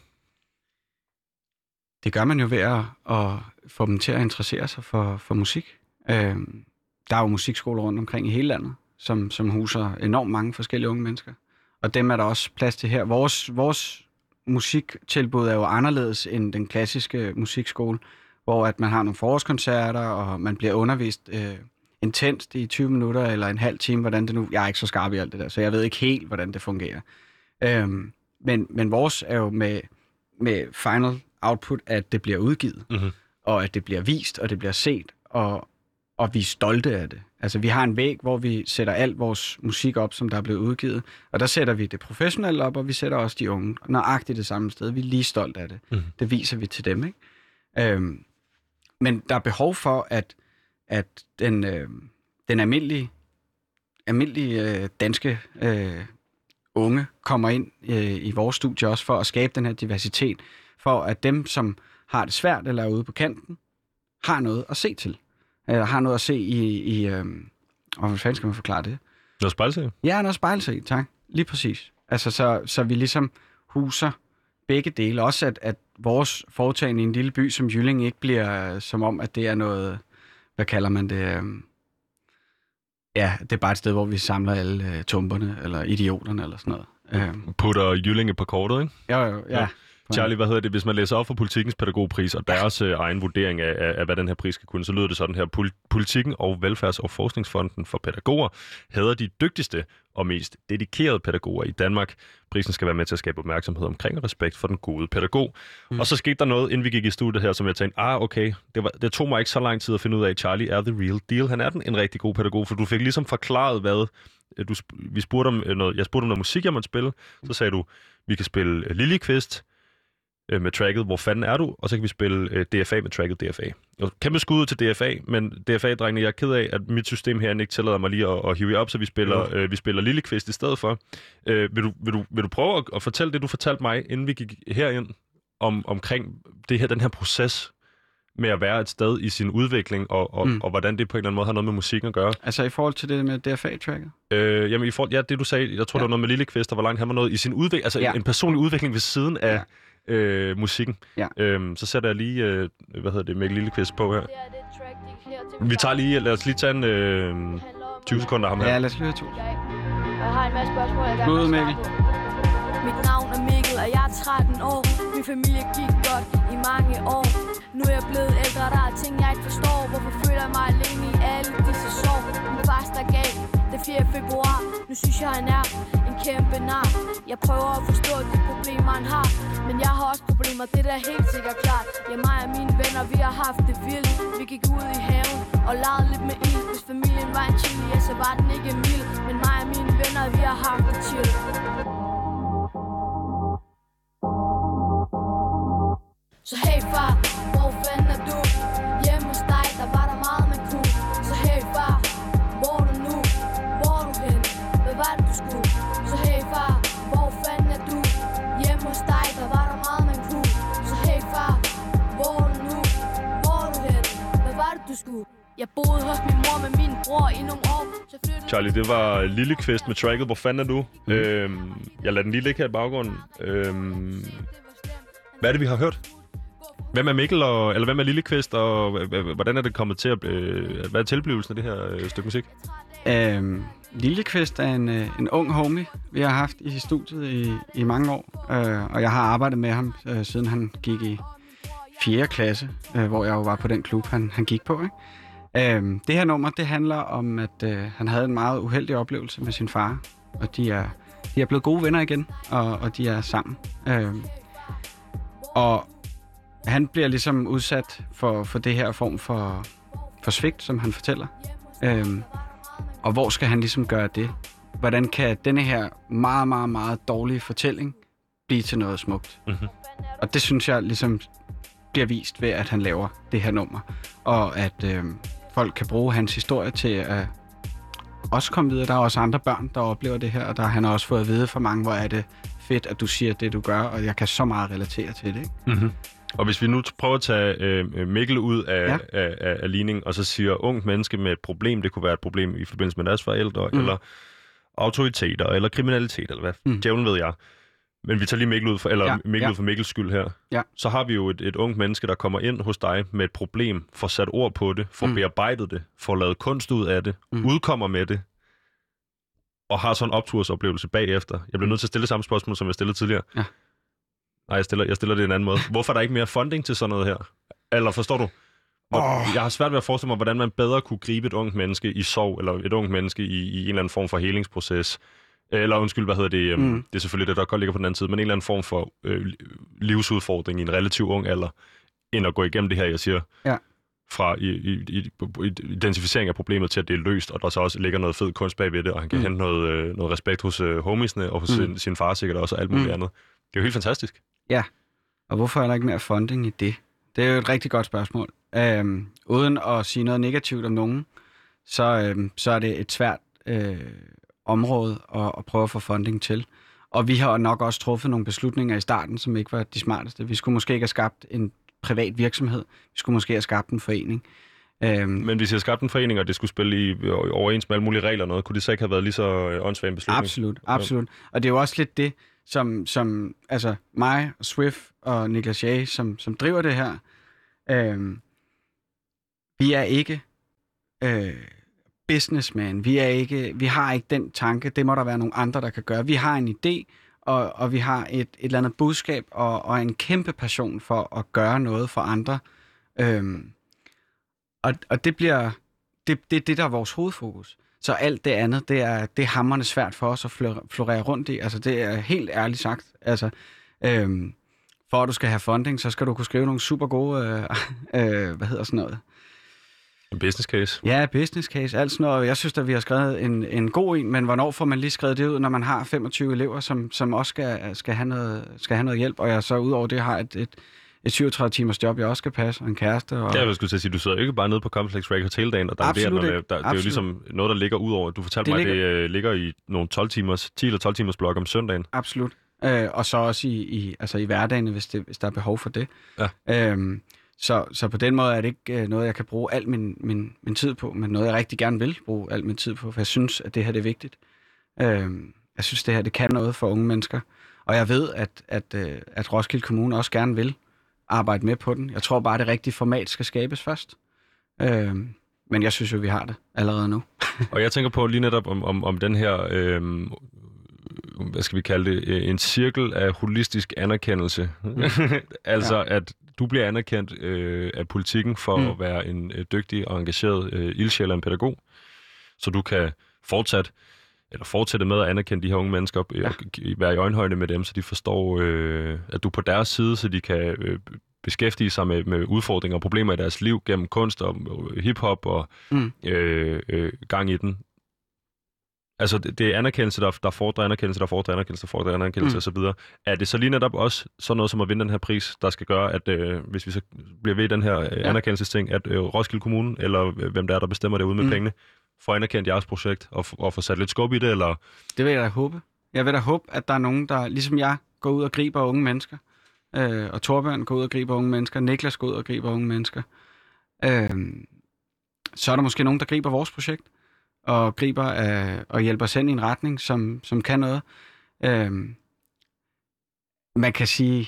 Det gør man jo ved at, at få dem til at interessere sig for, for musik. Øh, Der er jo musikskoler rundt omkring i hele landet, som, som huser enormt mange forskellige unge mennesker. Og dem er der også plads til her. Vores, vores musiktilbud er jo anderledes end den klassiske musikskole, hvor at man har nogle forårskoncerter, og man bliver undervist øh, intenst i tyve minutter eller en halv time, hvordan det nu... Jeg er ikke så skarp i alt det der, så jeg ved ikke helt, hvordan det fungerer. Øhm, men, men vores er jo med, med final output, at det bliver udgivet, mm-hmm. og at det bliver vist, og det bliver set, og og vi er stolte af det. Altså, vi har en væg, hvor vi sætter alt vores musik op, som der er blevet udgivet, og der sætter vi det professionelle op, og vi sætter også de unge nøjagtigt det samme sted. Vi er lige stolte af det. Mm. Det viser vi til dem, ikke? Øhm, men der er behov for, at, at den, øh, den almindelige, almindelige øh, danske øh, unge kommer ind øh, i vores studie også for at skabe den her diversitet, for at dem, som har det svært eller er ude på kanten, har noget at se til. Eller har noget at se i... i øhm, og hvad fanden skal man forklare det? Noget spejlse? Ja, noget spejlse, tak. Lige præcis. Altså, så, så vi ligesom huser begge dele. Også at, at vores foretagende i en lille by som Jylling ikke bliver som om, at det er noget, hvad kalder man det? Øh, ja, det er bare et sted, hvor vi samler alle øh, tumperne, eller idioterne, eller sådan noget. Øh. Putter Jyllinge på kortet, ikke? Jo, jo, ja. ja. Charlie, hvad hedder det? Hvis man læser op for Politikens pædagogpris og deres øh, egen vurdering af, af, af, hvad den her pris skal kunne, så lyder det sådan her. Pol- Politikken og Velfærds- og Forskningsfonden for Pædagoger hedder de dygtigste og mest dedikerede pædagoger i Danmark. Prisen skal være med til at skabe opmærksomhed omkring og respekt for den gode pædagog. Mm. Og så skete der noget, inden vi gik i studiet her, som jeg tænkte, ah, okay, det, var, det tog mig ikke så lang tid at finde ud af, at Charlie er the real deal. Han er den en rigtig god pædagog, for du fik ligesom forklaret, hvad... Du, vi spurgte om noget, jeg spurgte om noget musik, jeg måtte spille. Så sagde du, vi kan spille Liljeqvist med tracket, hvor fanden er du? Og så kan vi spille uh, D F A med tracket D F A. Og kæmpe skud til D F A, men D F A-drengene, jeg er ked af, at mit system her ikke tillader mig lige at, at hive op, så vi spiller, uh, vi spiller Liljeqvist i stedet for. Uh, vil, du, vil, du, vil du prøve at, at fortælle det, du fortalte mig, inden vi gik herind, om, omkring det her, den her proces med at være et sted i sin udvikling, og, og, mm. og hvordan det på en eller anden måde har noget med musikken at gøre? Altså i forhold til det med D F A-tracket? Øh, jamen i forhold, ja, det du sagde, jeg tror, ja. der var noget med Liljeqvist, og hvor langt han var nået i sin udvikling, altså ja. en, en personlig udvikling ved siden af... Ja. Øh, musikken. Ja. Øhm, så sætter jeg lige, øh, hvad hedder det, Mikkel Liljeqvist på her. Vi tager lige, lad os lige tage en øh, tyve sekunder af ham her. Ja, lad os lige høre to. Jeg har en masse spørgsmål, jeg gerne vil svare på. Mit navn er Mikkel, og jeg er tretten år. Min familie gik godt i mange år. Nu er jeg blevet ældre, der er ting, jeg ikke forstår. Hvorfor føler jeg mig alene i alle disse sår? Min fars der gav det fjerde februar. Nu synes jeg, han er en kæmpe nar. Jeg prøver at forstå de problemer, han har. Men jeg har også problemer, det der er helt sikkert klart. Jeg, mig og mine venner, vi har haft det vildt. Vi gik ud i haven og legede lidt med ild. Hvis familien var en chili, ja, så var den ikke mild. Men mig og mine venner, vi har haft det chill. Så hey far, hvor fanden er du? Hjemme hos dig, der var der meget man kunne. Så hey far, hvor er du nu? Hvor er du hen? Hvad var det du skulle? Så hey far, hvor fanden er du? Hjemme hos dig, der var der meget man kunne. Så hey far, hvor er du nu? Hvor er du hen? Hvad var det du skulle? Jeg boede hos min mor med min bror i nogle år. Charlie, det var Liljeqvist med tracket, hvor fanden er du? Mm. Øhm, jeg lader den lige ligge her i baggrunden. Øhm, hvad er det, vi har hørt? Hvem er Mikkel, og, eller hvem er Liljeqvist, og hvordan er det kommet til at... Øh, hvad er tilblivelsen af det her øh, stykke musik? Øhm, Liljeqvist er en, øh, en ung homie, vi har haft i studiet i, i mange år. Øh, og jeg har arbejdet med ham, øh, siden han gik i fjerde klasse, øh, hvor jeg jo var på den klub, han, han gik på. Ikke? Øhm, det her nummer, det handler om, at øh, han havde en meget uheldig oplevelse med sin far. Og de er, de er blevet gode venner igen, og, og de er sammen. Øhm, og... Han bliver ligesom udsat for, for det her form for, for svigt, som han fortæller. Øhm, og hvor skal han ligesom gøre det? Hvordan kan denne her meget, meget, meget dårlige fortælling blive til noget smukt? Mm-hmm. Og det synes jeg ligesom bliver vist ved, at han laver det her nummer. Og at øhm, folk kan bruge hans historie til at også komme videre. Der er også andre børn, der oplever det her, og der har han også fået at vide fra mange, hvor er det fedt, at du siger det, du gør, og jeg kan så meget relatere til det. Ikke? Mm-hmm. Og hvis vi nu prøver at tage øh, Mikkel ud af, ja. af, af, af ligningen, og så siger ungt menneske med et problem, det kunne være et problem i forbindelse med deres forældre, mm. eller autoriteter, eller kriminalitet, eller hvad, mm. djævlen ved jeg. Men vi tager lige Mikkel ud for, eller ja. Mikkel ja. ud for Mikkels skyld her. Ja. Så har vi jo et, et ungt menneske, der kommer ind hos dig med et problem, får sat ord på det, får mm. bearbejdet det, får lavet kunst ud af det, mm. udkommer med det, og har sådan en optursoplevelse bagefter. Jeg bliver nødt til at stille samme spørgsmål, som jeg stillede tidligere. Ja. Nej, jeg stiller, jeg stiller det en anden måde. Hvorfor er der ikke mere funding til sådan noget her? Eller forstår du? Oh. Jeg har svært ved at forestille mig, hvordan man bedre kunne gribe et ungt menneske i sorg, eller et ungt menneske i, i en eller anden form for helingsproces. Eller undskyld, hvad hedder det? Mm. Det er selvfølgelig det, der godt ligger på den anden side, men en eller anden form for øh, livsudfordring i en relativt ung alder, end at gå igennem det her, jeg siger, ja. fra i, i, i, i identificering af problemet til, at det er løst, og der så også ligger noget fed kunst bagved det, og han kan mm. hente noget, øh, noget respekt hos øh, homiesne, og hos mm. sin, sin far sikkert også, og alt muligt mm. andet. Det er jo helt fantastisk. Ja, og hvorfor er der ikke mere funding i det? Det er jo et rigtig godt spørgsmål. Øhm, uden at sige noget negativt om nogen, så, øhm, så er det et svært øh, område at, at prøve at få funding til. Og vi har nok også truffet nogle beslutninger i starten, som ikke var de smarteste. Vi skulle måske ikke have skabt en privat virksomhed. Vi skulle måske have skabt en forening. Øhm, Men hvis jeg havde skabt en forening, og det skulle spille i overens med alle mulige regler og noget, kunne det så ikke have været lige så åndssvagt en beslutning? Absolut, absolut. Og det er jo også lidt det, som, som altså mig, og Swift og Niklas Jæge, som, som driver det her, øh, vi er ikke øh, businessman. Vi, er ikke, vi har ikke den tanke. Det må der være nogle andre, der kan gøre. Vi har en idé, og, og vi har et, et eller andet budskab, og, og en kæmpe passion for at gøre noget for andre. Øhm, og, og det bliver det, det, det, der er vores hovedfokus. Så alt det andet, det er, det er hamrende svært for os at florere rundt i. Altså, det er helt ærligt sagt. Altså, øhm, for at du skal have funding, så skal du kunne skrive nogle super gode, øh, øh, hvad hedder sådan noget? En business case. Ja, business case, alt sådan noget. Jeg synes, at vi har skrevet en, en god en, men hvornår får man lige skrevet det ud, når man har femogtyve elever, som, som også skal, skal, have noget, skal have noget hjælp, og jeg så udover det har et, et, et syvogtredive timers job, jeg også skal passe, og en kæreste. Og... Ja, jeg skulle til at sige, du sidder ikke bare nede på Complex Records hele dagen, og der er noget, der, det er jo ligesom noget, der ligger ud over. Du fortalte det mig, ligger... at det ligger i nogle tolv timers, ti eller tolv timers blok om søndagen. Absolut. Øh, og så også i, i, altså i hverdagen, hvis, det, hvis der er behov for det. Ja. Øhm, Så, så på den måde er det ikke øh, noget, jeg kan bruge al min, min, min tid på, men noget, jeg rigtig gerne vil bruge al min tid på, for jeg synes, at det her det er vigtigt. Øh, jeg synes, det her det kan noget for unge mennesker, og jeg ved, at, at, øh, at Roskilde Kommune også gerne vil arbejde med på den. Jeg tror bare, at det rigtige format skal skabes først. Øh, men jeg synes jo, vi har det allerede nu. Og jeg tænker på lige netop om, om, om den her... Øh... hvad skal vi kalde det, en cirkel af holistisk anerkendelse. Mm. altså, ja. At du bliver anerkendt øh, af politikken for mm. at være en øh, dygtig og engageret øh, ildsjæl og en pædagog, så du kan fortsat, eller fortsætte med at anerkende de her unge mennesker, øh, ja. Og være i øjenhøjde med dem, så de forstår, øh, at du er på deres side, så de kan øh, beskæftige sig med, med udfordringer og problemer i deres liv gennem kunst og øh, hiphop og mm. øh, øh, gang i den. Altså, det er anerkendelse, der, der fordrer anerkendelse, der fordrer anerkendelse, der fordrer anerkendelse mm. osv. Er det så lige netop også sådan noget som at vinde den her pris, der skal gøre, at øh, hvis vi så bliver ved den her øh, ja. anerkendelsesting, at øh, Roskilde Kommune, eller øh, hvem der er, der bestemmer det ude med mm. pengene, får anerkendt jeres projekt og, og får sat lidt skub i det, eller? Det vil jeg da håbe. Jeg vil da håbe, at der er nogen, der, ligesom jeg, går ud og griber unge mennesker, øh, og Torbjørn går ud og griber unge mennesker, Niklas går ud og griber unge mennesker. Øh, så er der måske nogen, der griber vores projekt, og griber øh, og hjælper os hen i en retning, som, som kan noget. Øhm, man kan sige,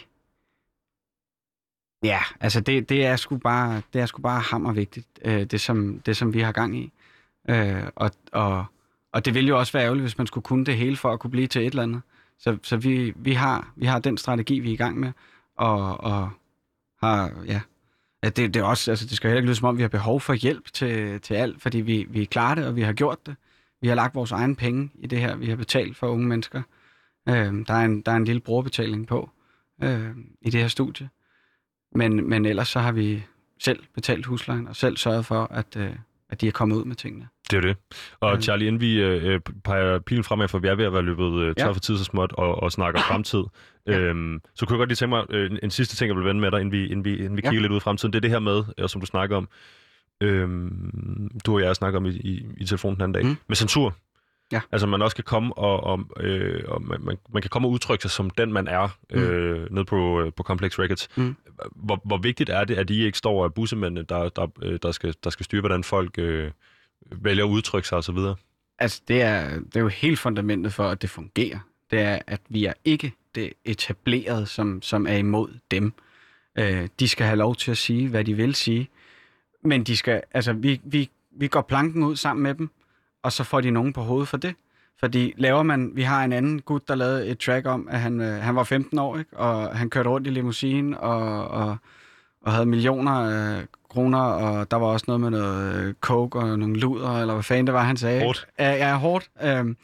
ja, altså det, det er sgu bare, det er sgu bare hammervigtigt, øh, det, som, det som vi har gang i. Øh, og, og, og det ville jo også være ærgerligt, hvis man skulle kunne det hele for at kunne blive til et eller andet. Så, så vi, vi, har, vi har den strategi, vi er i gang med, og, og har, ja... Det, det, er også, altså det skal heller ikke lyde som om, vi har behov for hjælp til, til alt, fordi vi, vi klarer det, og vi har gjort det. Vi har lagt vores egen penge i det her, vi har betalt for unge mennesker. Øh, der, er en, der er en lille brugerbetaling på øh, i det her studie. Men, men ellers så har vi selv betalt huslejen, og selv sørget for, at, øh, at de er kommet ud med tingene. Det er det. Og Charlie, inden vi øh, peger pilen fremad, for vi er ved at være løbet øh, tør ja. for tid så småt, og, og snakker fremtid, ja. øhm, så kunne jeg godt lige tænke mig øh, en, en sidste ting, jeg vil vende med dig, inden vi, inden vi, inden vi ja. kigger lidt ud i fremtiden. Det er det her med, øh, som du snakker om, øh, du og jeg snakker om i, i, i telefonen den anden dag, mm. med censur. Ja. Altså man også kan komme og, og, øh, og man, man, man kan komme og udtrykke sig som den, man er, øh, mm. nede på, øh, på Complex Records. Mm. Hvor, hvor vigtigt er det, at I ikke står af bussemændene, der, der, der, skal, der skal styre, hvordan folk... Øh, vælger at udtrykke sig og så videre? Altså, det er, det er jo helt fundamentet for, at det fungerer. Det er, at vi er ikke det etablerede, som, som er imod dem. Øh, de skal have lov til at sige, hvad de vil sige. Men de skal, altså, vi, vi, vi går planken ud sammen med dem, og så får de nogen på hovedet for det. Fordi laver man... Vi har en anden gut, der lavede et track om, at han, øh, han var femten år, ikke? Og han kørte rundt i limousine og... og og havde millioner af øh, kroner, og der var også noget med noget øh, coke og nogle luder, eller hvad fanden det var, han sagde. Hårdt. Ja, ja, hårdt. Øhm,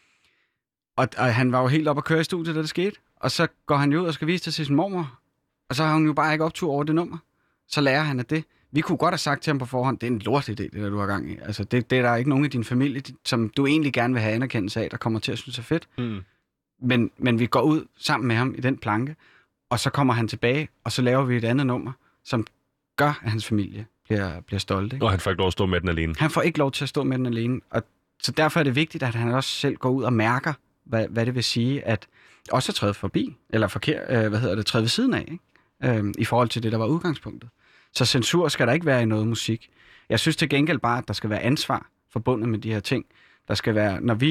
og, og han var jo helt op at køre i studiet, da det skete. Og så går han jo ud og skal vise det til sin mormor. Og så har hun jo bare ikke optur over det nummer. Så lærer han af det. Vi kunne godt have sagt til ham på forhånd, det er en lortidé, det der du har gang i. Altså, det, det er der ikke nogen i din familie, som du egentlig gerne vil have anerkendelse af, der kommer til at synes er fedt. Mm. Men, men vi går ud sammen med ham i den planke, og så kommer han tilbage, og så laver vi et andet nummer, som gør, at hans familie bliver, bliver stolte. Ikke? Og han får ikke lov at stå med den alene. Han får ikke lov til at stå med den alene. Og så derfor er det vigtigt, at han også selv går ud og mærker, hvad, hvad det vil sige, at også at træde forbi, eller forkert, øh, hvad hedder det, træde ved siden af, ikke? Øh, i forhold til det, der var udgangspunktet. Så censur skal der ikke være i noget musik. Jeg synes til gengæld bare, at der skal være ansvar forbundet med de her ting. Der skal være, når vi,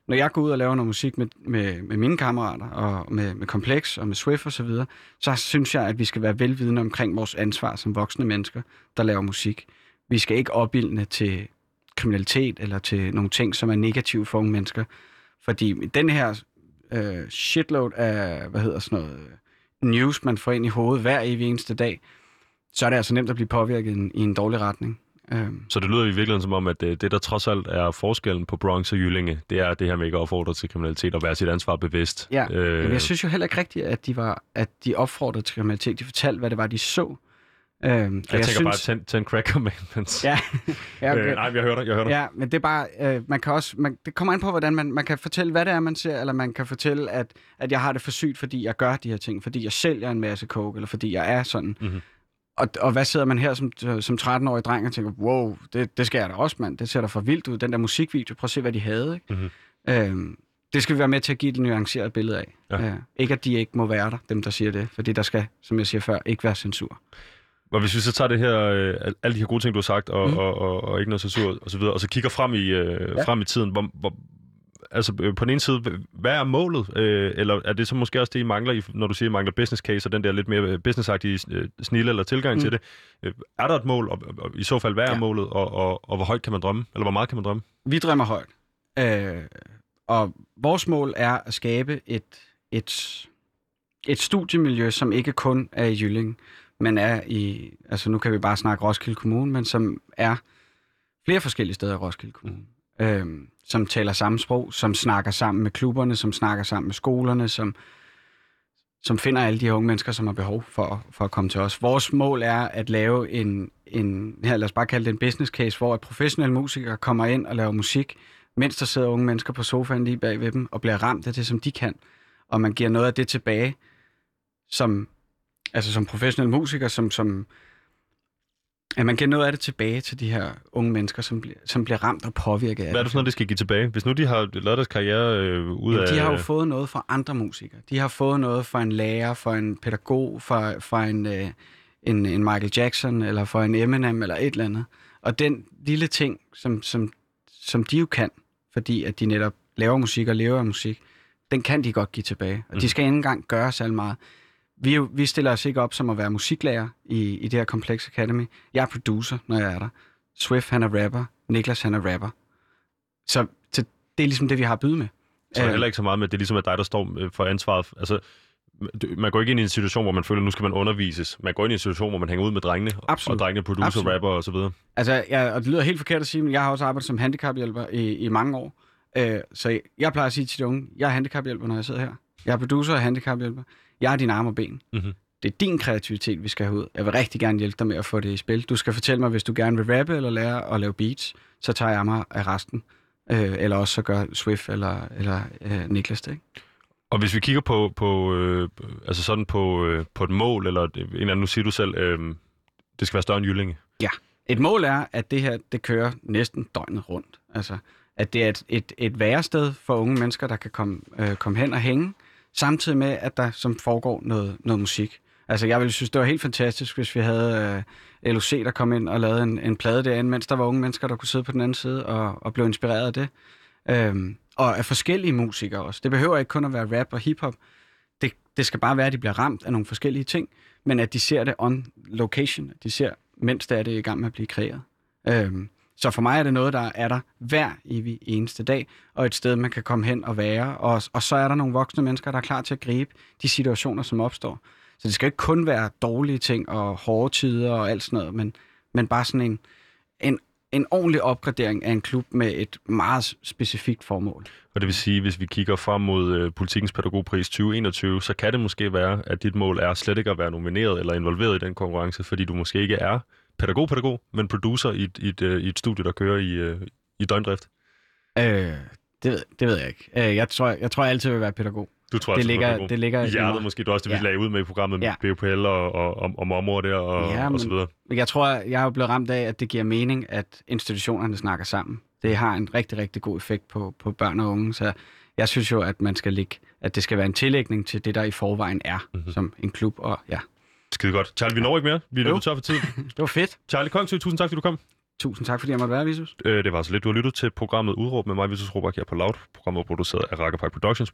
når jeg går ud og laver noget musik med, med, med mine kammerater, og med, med Kompleks og med Swift og så videre, så synes jeg, at vi skal være velvidende omkring vores ansvar som voksne mennesker, der laver musik. Vi skal ikke opildne til kriminalitet eller til nogle ting, som er negative for unge mennesker. Fordi den her øh, shitload af, hvad hedder sådan noget, news, man får ind i hovedet hver evig eneste dag, så er det altså nemt at blive påvirket i en, i en dårlig retning. Um. Så det lyder i virkeligheden som om, at det, det, der trods alt er forskellen på Bronx og Jyllinge, det er det her med ikke at opfordre til kriminalitet og være sit ansvar bevidst. Ja, øh... men jeg synes jo heller ikke rigtigt, at de, var, at de opfordrede til kriminalitet. De fortalte, hvad det var, de så. Um, jeg, jeg tænker synes... bare, ten, ten crack commandments. Ja. ja okay. øh, nej, jeg hører dig, jeg hører dig. Ja, men det er bare, øh, man kan også, man, det kommer an på, hvordan man, man kan fortælle, hvad det er, man ser, eller man kan fortælle, at, at jeg har det for sygt, fordi jeg gør de her ting, fordi jeg sælger en masse coke, eller fordi jeg er sådan. Mm-hmm. Og, og hvad sidder man her som, som tretten-årig dreng og tænker, wow, det, det skal jeg da også, mand. Det ser da for vildt ud. Den der musikvideo, prøv at se, hvad de havde. Ikke? Mm-hmm. Øhm, det skal vi være med til at give et nuanceret billede af. Ja. Øh, ikke, at de ikke må være der, dem der siger det. Fordi der skal, som jeg siger før, ikke være censur. Og hvis vi så tager det her, øh, alle de her gode ting, du har sagt, og, mm. og, og, og ikke noget censur, og så videre, og så kigger frem i, øh, ja. frem i tiden, hvor, hvor, altså på den ene side, hvad er målet? Øh, eller er det så måske også det, I mangler, i, når du siger, I mangler business case, og den der lidt mere businessagtige øh, snille eller tilgang mm. til det? Øh, er der et mål, og, og i så fald, hvad er ja. målet, og, og, og hvor højt kan man drømme? Eller hvor meget kan man drømme? Vi drømmer højt. Øh, og vores mål er at skabe et, et, et studiemiljø, som ikke kun er i Jyllinge, men er i, altså nu kan vi bare snakke Roskilde Kommune, men som er flere forskellige steder i Roskilde Kommune. Øhm, som taler samme sprog, som snakker sammen med klubberne, som snakker sammen med skolerne, som, som finder alle de her unge mennesker, som har behov for, for at komme til os. Vores mål er at lave en, en her, lad os bare kalde det en business case, hvor at professionelle musikere kommer ind og laver musik, mens der sidder unge mennesker på sofaen lige bag ved dem, og bliver ramt af det, som de kan. Og man giver noget af det tilbage, som, altså som professionel musiker, som, som at man giver noget af det tilbage til de her unge mennesker, som, bliver, som bliver ramt og påvirket af. Hvad er det for noget, de skal give tilbage? Hvis nu de har lavet deres karriere øh, ud Jamen, af... De har jo fået noget fra andre musikere. De har fået noget fra en lærer, fra en pædagog, fra, fra en, øh, en, en Michael Jackson, eller fra en Eminem, eller et eller andet. Og den lille ting, som, som, som de jo kan, fordi at de netop laver musik og lever af musik, den kan de godt give tilbage. Og mm. de skal ikke engang gøre så meget. Vi, jo, vi stiller os ikke op som at være musiklærer i, i det her Kompleks Academy. Jeg er producer, når jeg er der. Swift, han er rapper. Niklas, han er rapper. Så, så det er ligesom det, vi har at byde med. Så er det heller ikke så meget med, at det er ligesom at dig, der står for ansvaret. Altså, man går ikke ind i en situation, hvor man føler, at nu skal man undervises. Man går ind i en situation, hvor man hænger ud med drengene. Absolut. Og drengene producer, Absolut. rapper og så videre. Altså, jeg, og det lyder helt forkert at sige, men jeg har også arbejdet som handicaphjælper i, i mange år. Øh, så jeg plejer at sige til de unge, jeg er handicaphjælper, når jeg sidder her. Jeg er producer og handicaphjælper. Jeg har dine arme og ben. Mm-hmm. Det er din kreativitet, vi skal have ud. Jeg vil rigtig gerne hjælpe dig med at få det i spil. Du skal fortælle mig, hvis du gerne vil rappe eller lære at lave beats, så tager jeg mig af resten. Øh, eller også så gør Swift eller, eller øh, Niklas det, ikke? Og hvis vi kigger på, på øh, altså sådan på, øh, på et mål, eller en eller anden, nu siger du selv, øh, det skal være større end Jyllinge. Ja. Et mål er, at det her, det kører næsten døgnet rundt. Altså, at det er et, et, et værested for unge mennesker, der kan komme, øh, komme hen og hænge, samtidig med, at der som foregår noget, noget musik. Altså, jeg ville synes, det var helt fantastisk, hvis vi havde øh, L O C, der kom ind og lavede en, en plade derinde, mens der var unge mennesker, der kunne sidde på den anden side og, og blev inspireret af det. Øhm, og af forskellige musikere også. Det behøver ikke kun at være rap og hiphop. Det, det skal bare være, at de bliver ramt af nogle forskellige ting, men at de ser det on location. De ser, mens det er det i gang med at blive kreeret. Øhm, Så for mig er det noget, der er der hver evig eneste dag, og et sted, man kan komme hen og være. Og, og så er der nogle voksne mennesker, der er klar til at gribe de situationer, som opstår. Så det skal ikke kun være dårlige ting og hårde tider og alt sådan noget, men, men bare sådan en, en, en ordentlig opgradering af en klub med et meget specifikt formål. Og det vil sige, hvis vi kigger frem mod uh, Politikens Pædagogpris tyve enogtyve, så kan det måske være, at dit mål er slet ikke at være nomineret eller involveret i den konkurrence, fordi du måske ikke er pædagog-pædagog, men producer i et, i et, i et studie, der kører i, i døgndrift? Øh, det, ved, det ved jeg ikke. Øh, jeg, tror, jeg tror altid, jeg vil være pædagog. Du tror det altid, ligger, pædagog. Det ligger i hjertet måske, du også det, vi ja. lagde ud med i programmet ja. med B P L og, og, og, og mormor der og, ja, og så videre. Jeg tror, jeg er jo blevet ramt af, at det giver mening, at institutionerne snakker sammen. Det har en rigtig, rigtig god effekt på, på børn og unge, så jeg synes jo, at man skal ligge, at det skal være en tillægning til det, der i forvejen er, mm-hmm. som en klub, og ja. Skide godt. Charlie, vi når ikke mere. Vi er løbet tør for tid. Det var fedt. Charlie Kongsø, tusind tak, fordi du kom. Tusind tak, fordi jeg måtte være, Visus. Øh, det var så lidt, du har lyttet til programmet Udråb med mig, Visus Robak, her på Loud. Programmet er produceret af Rakkerpark Productions.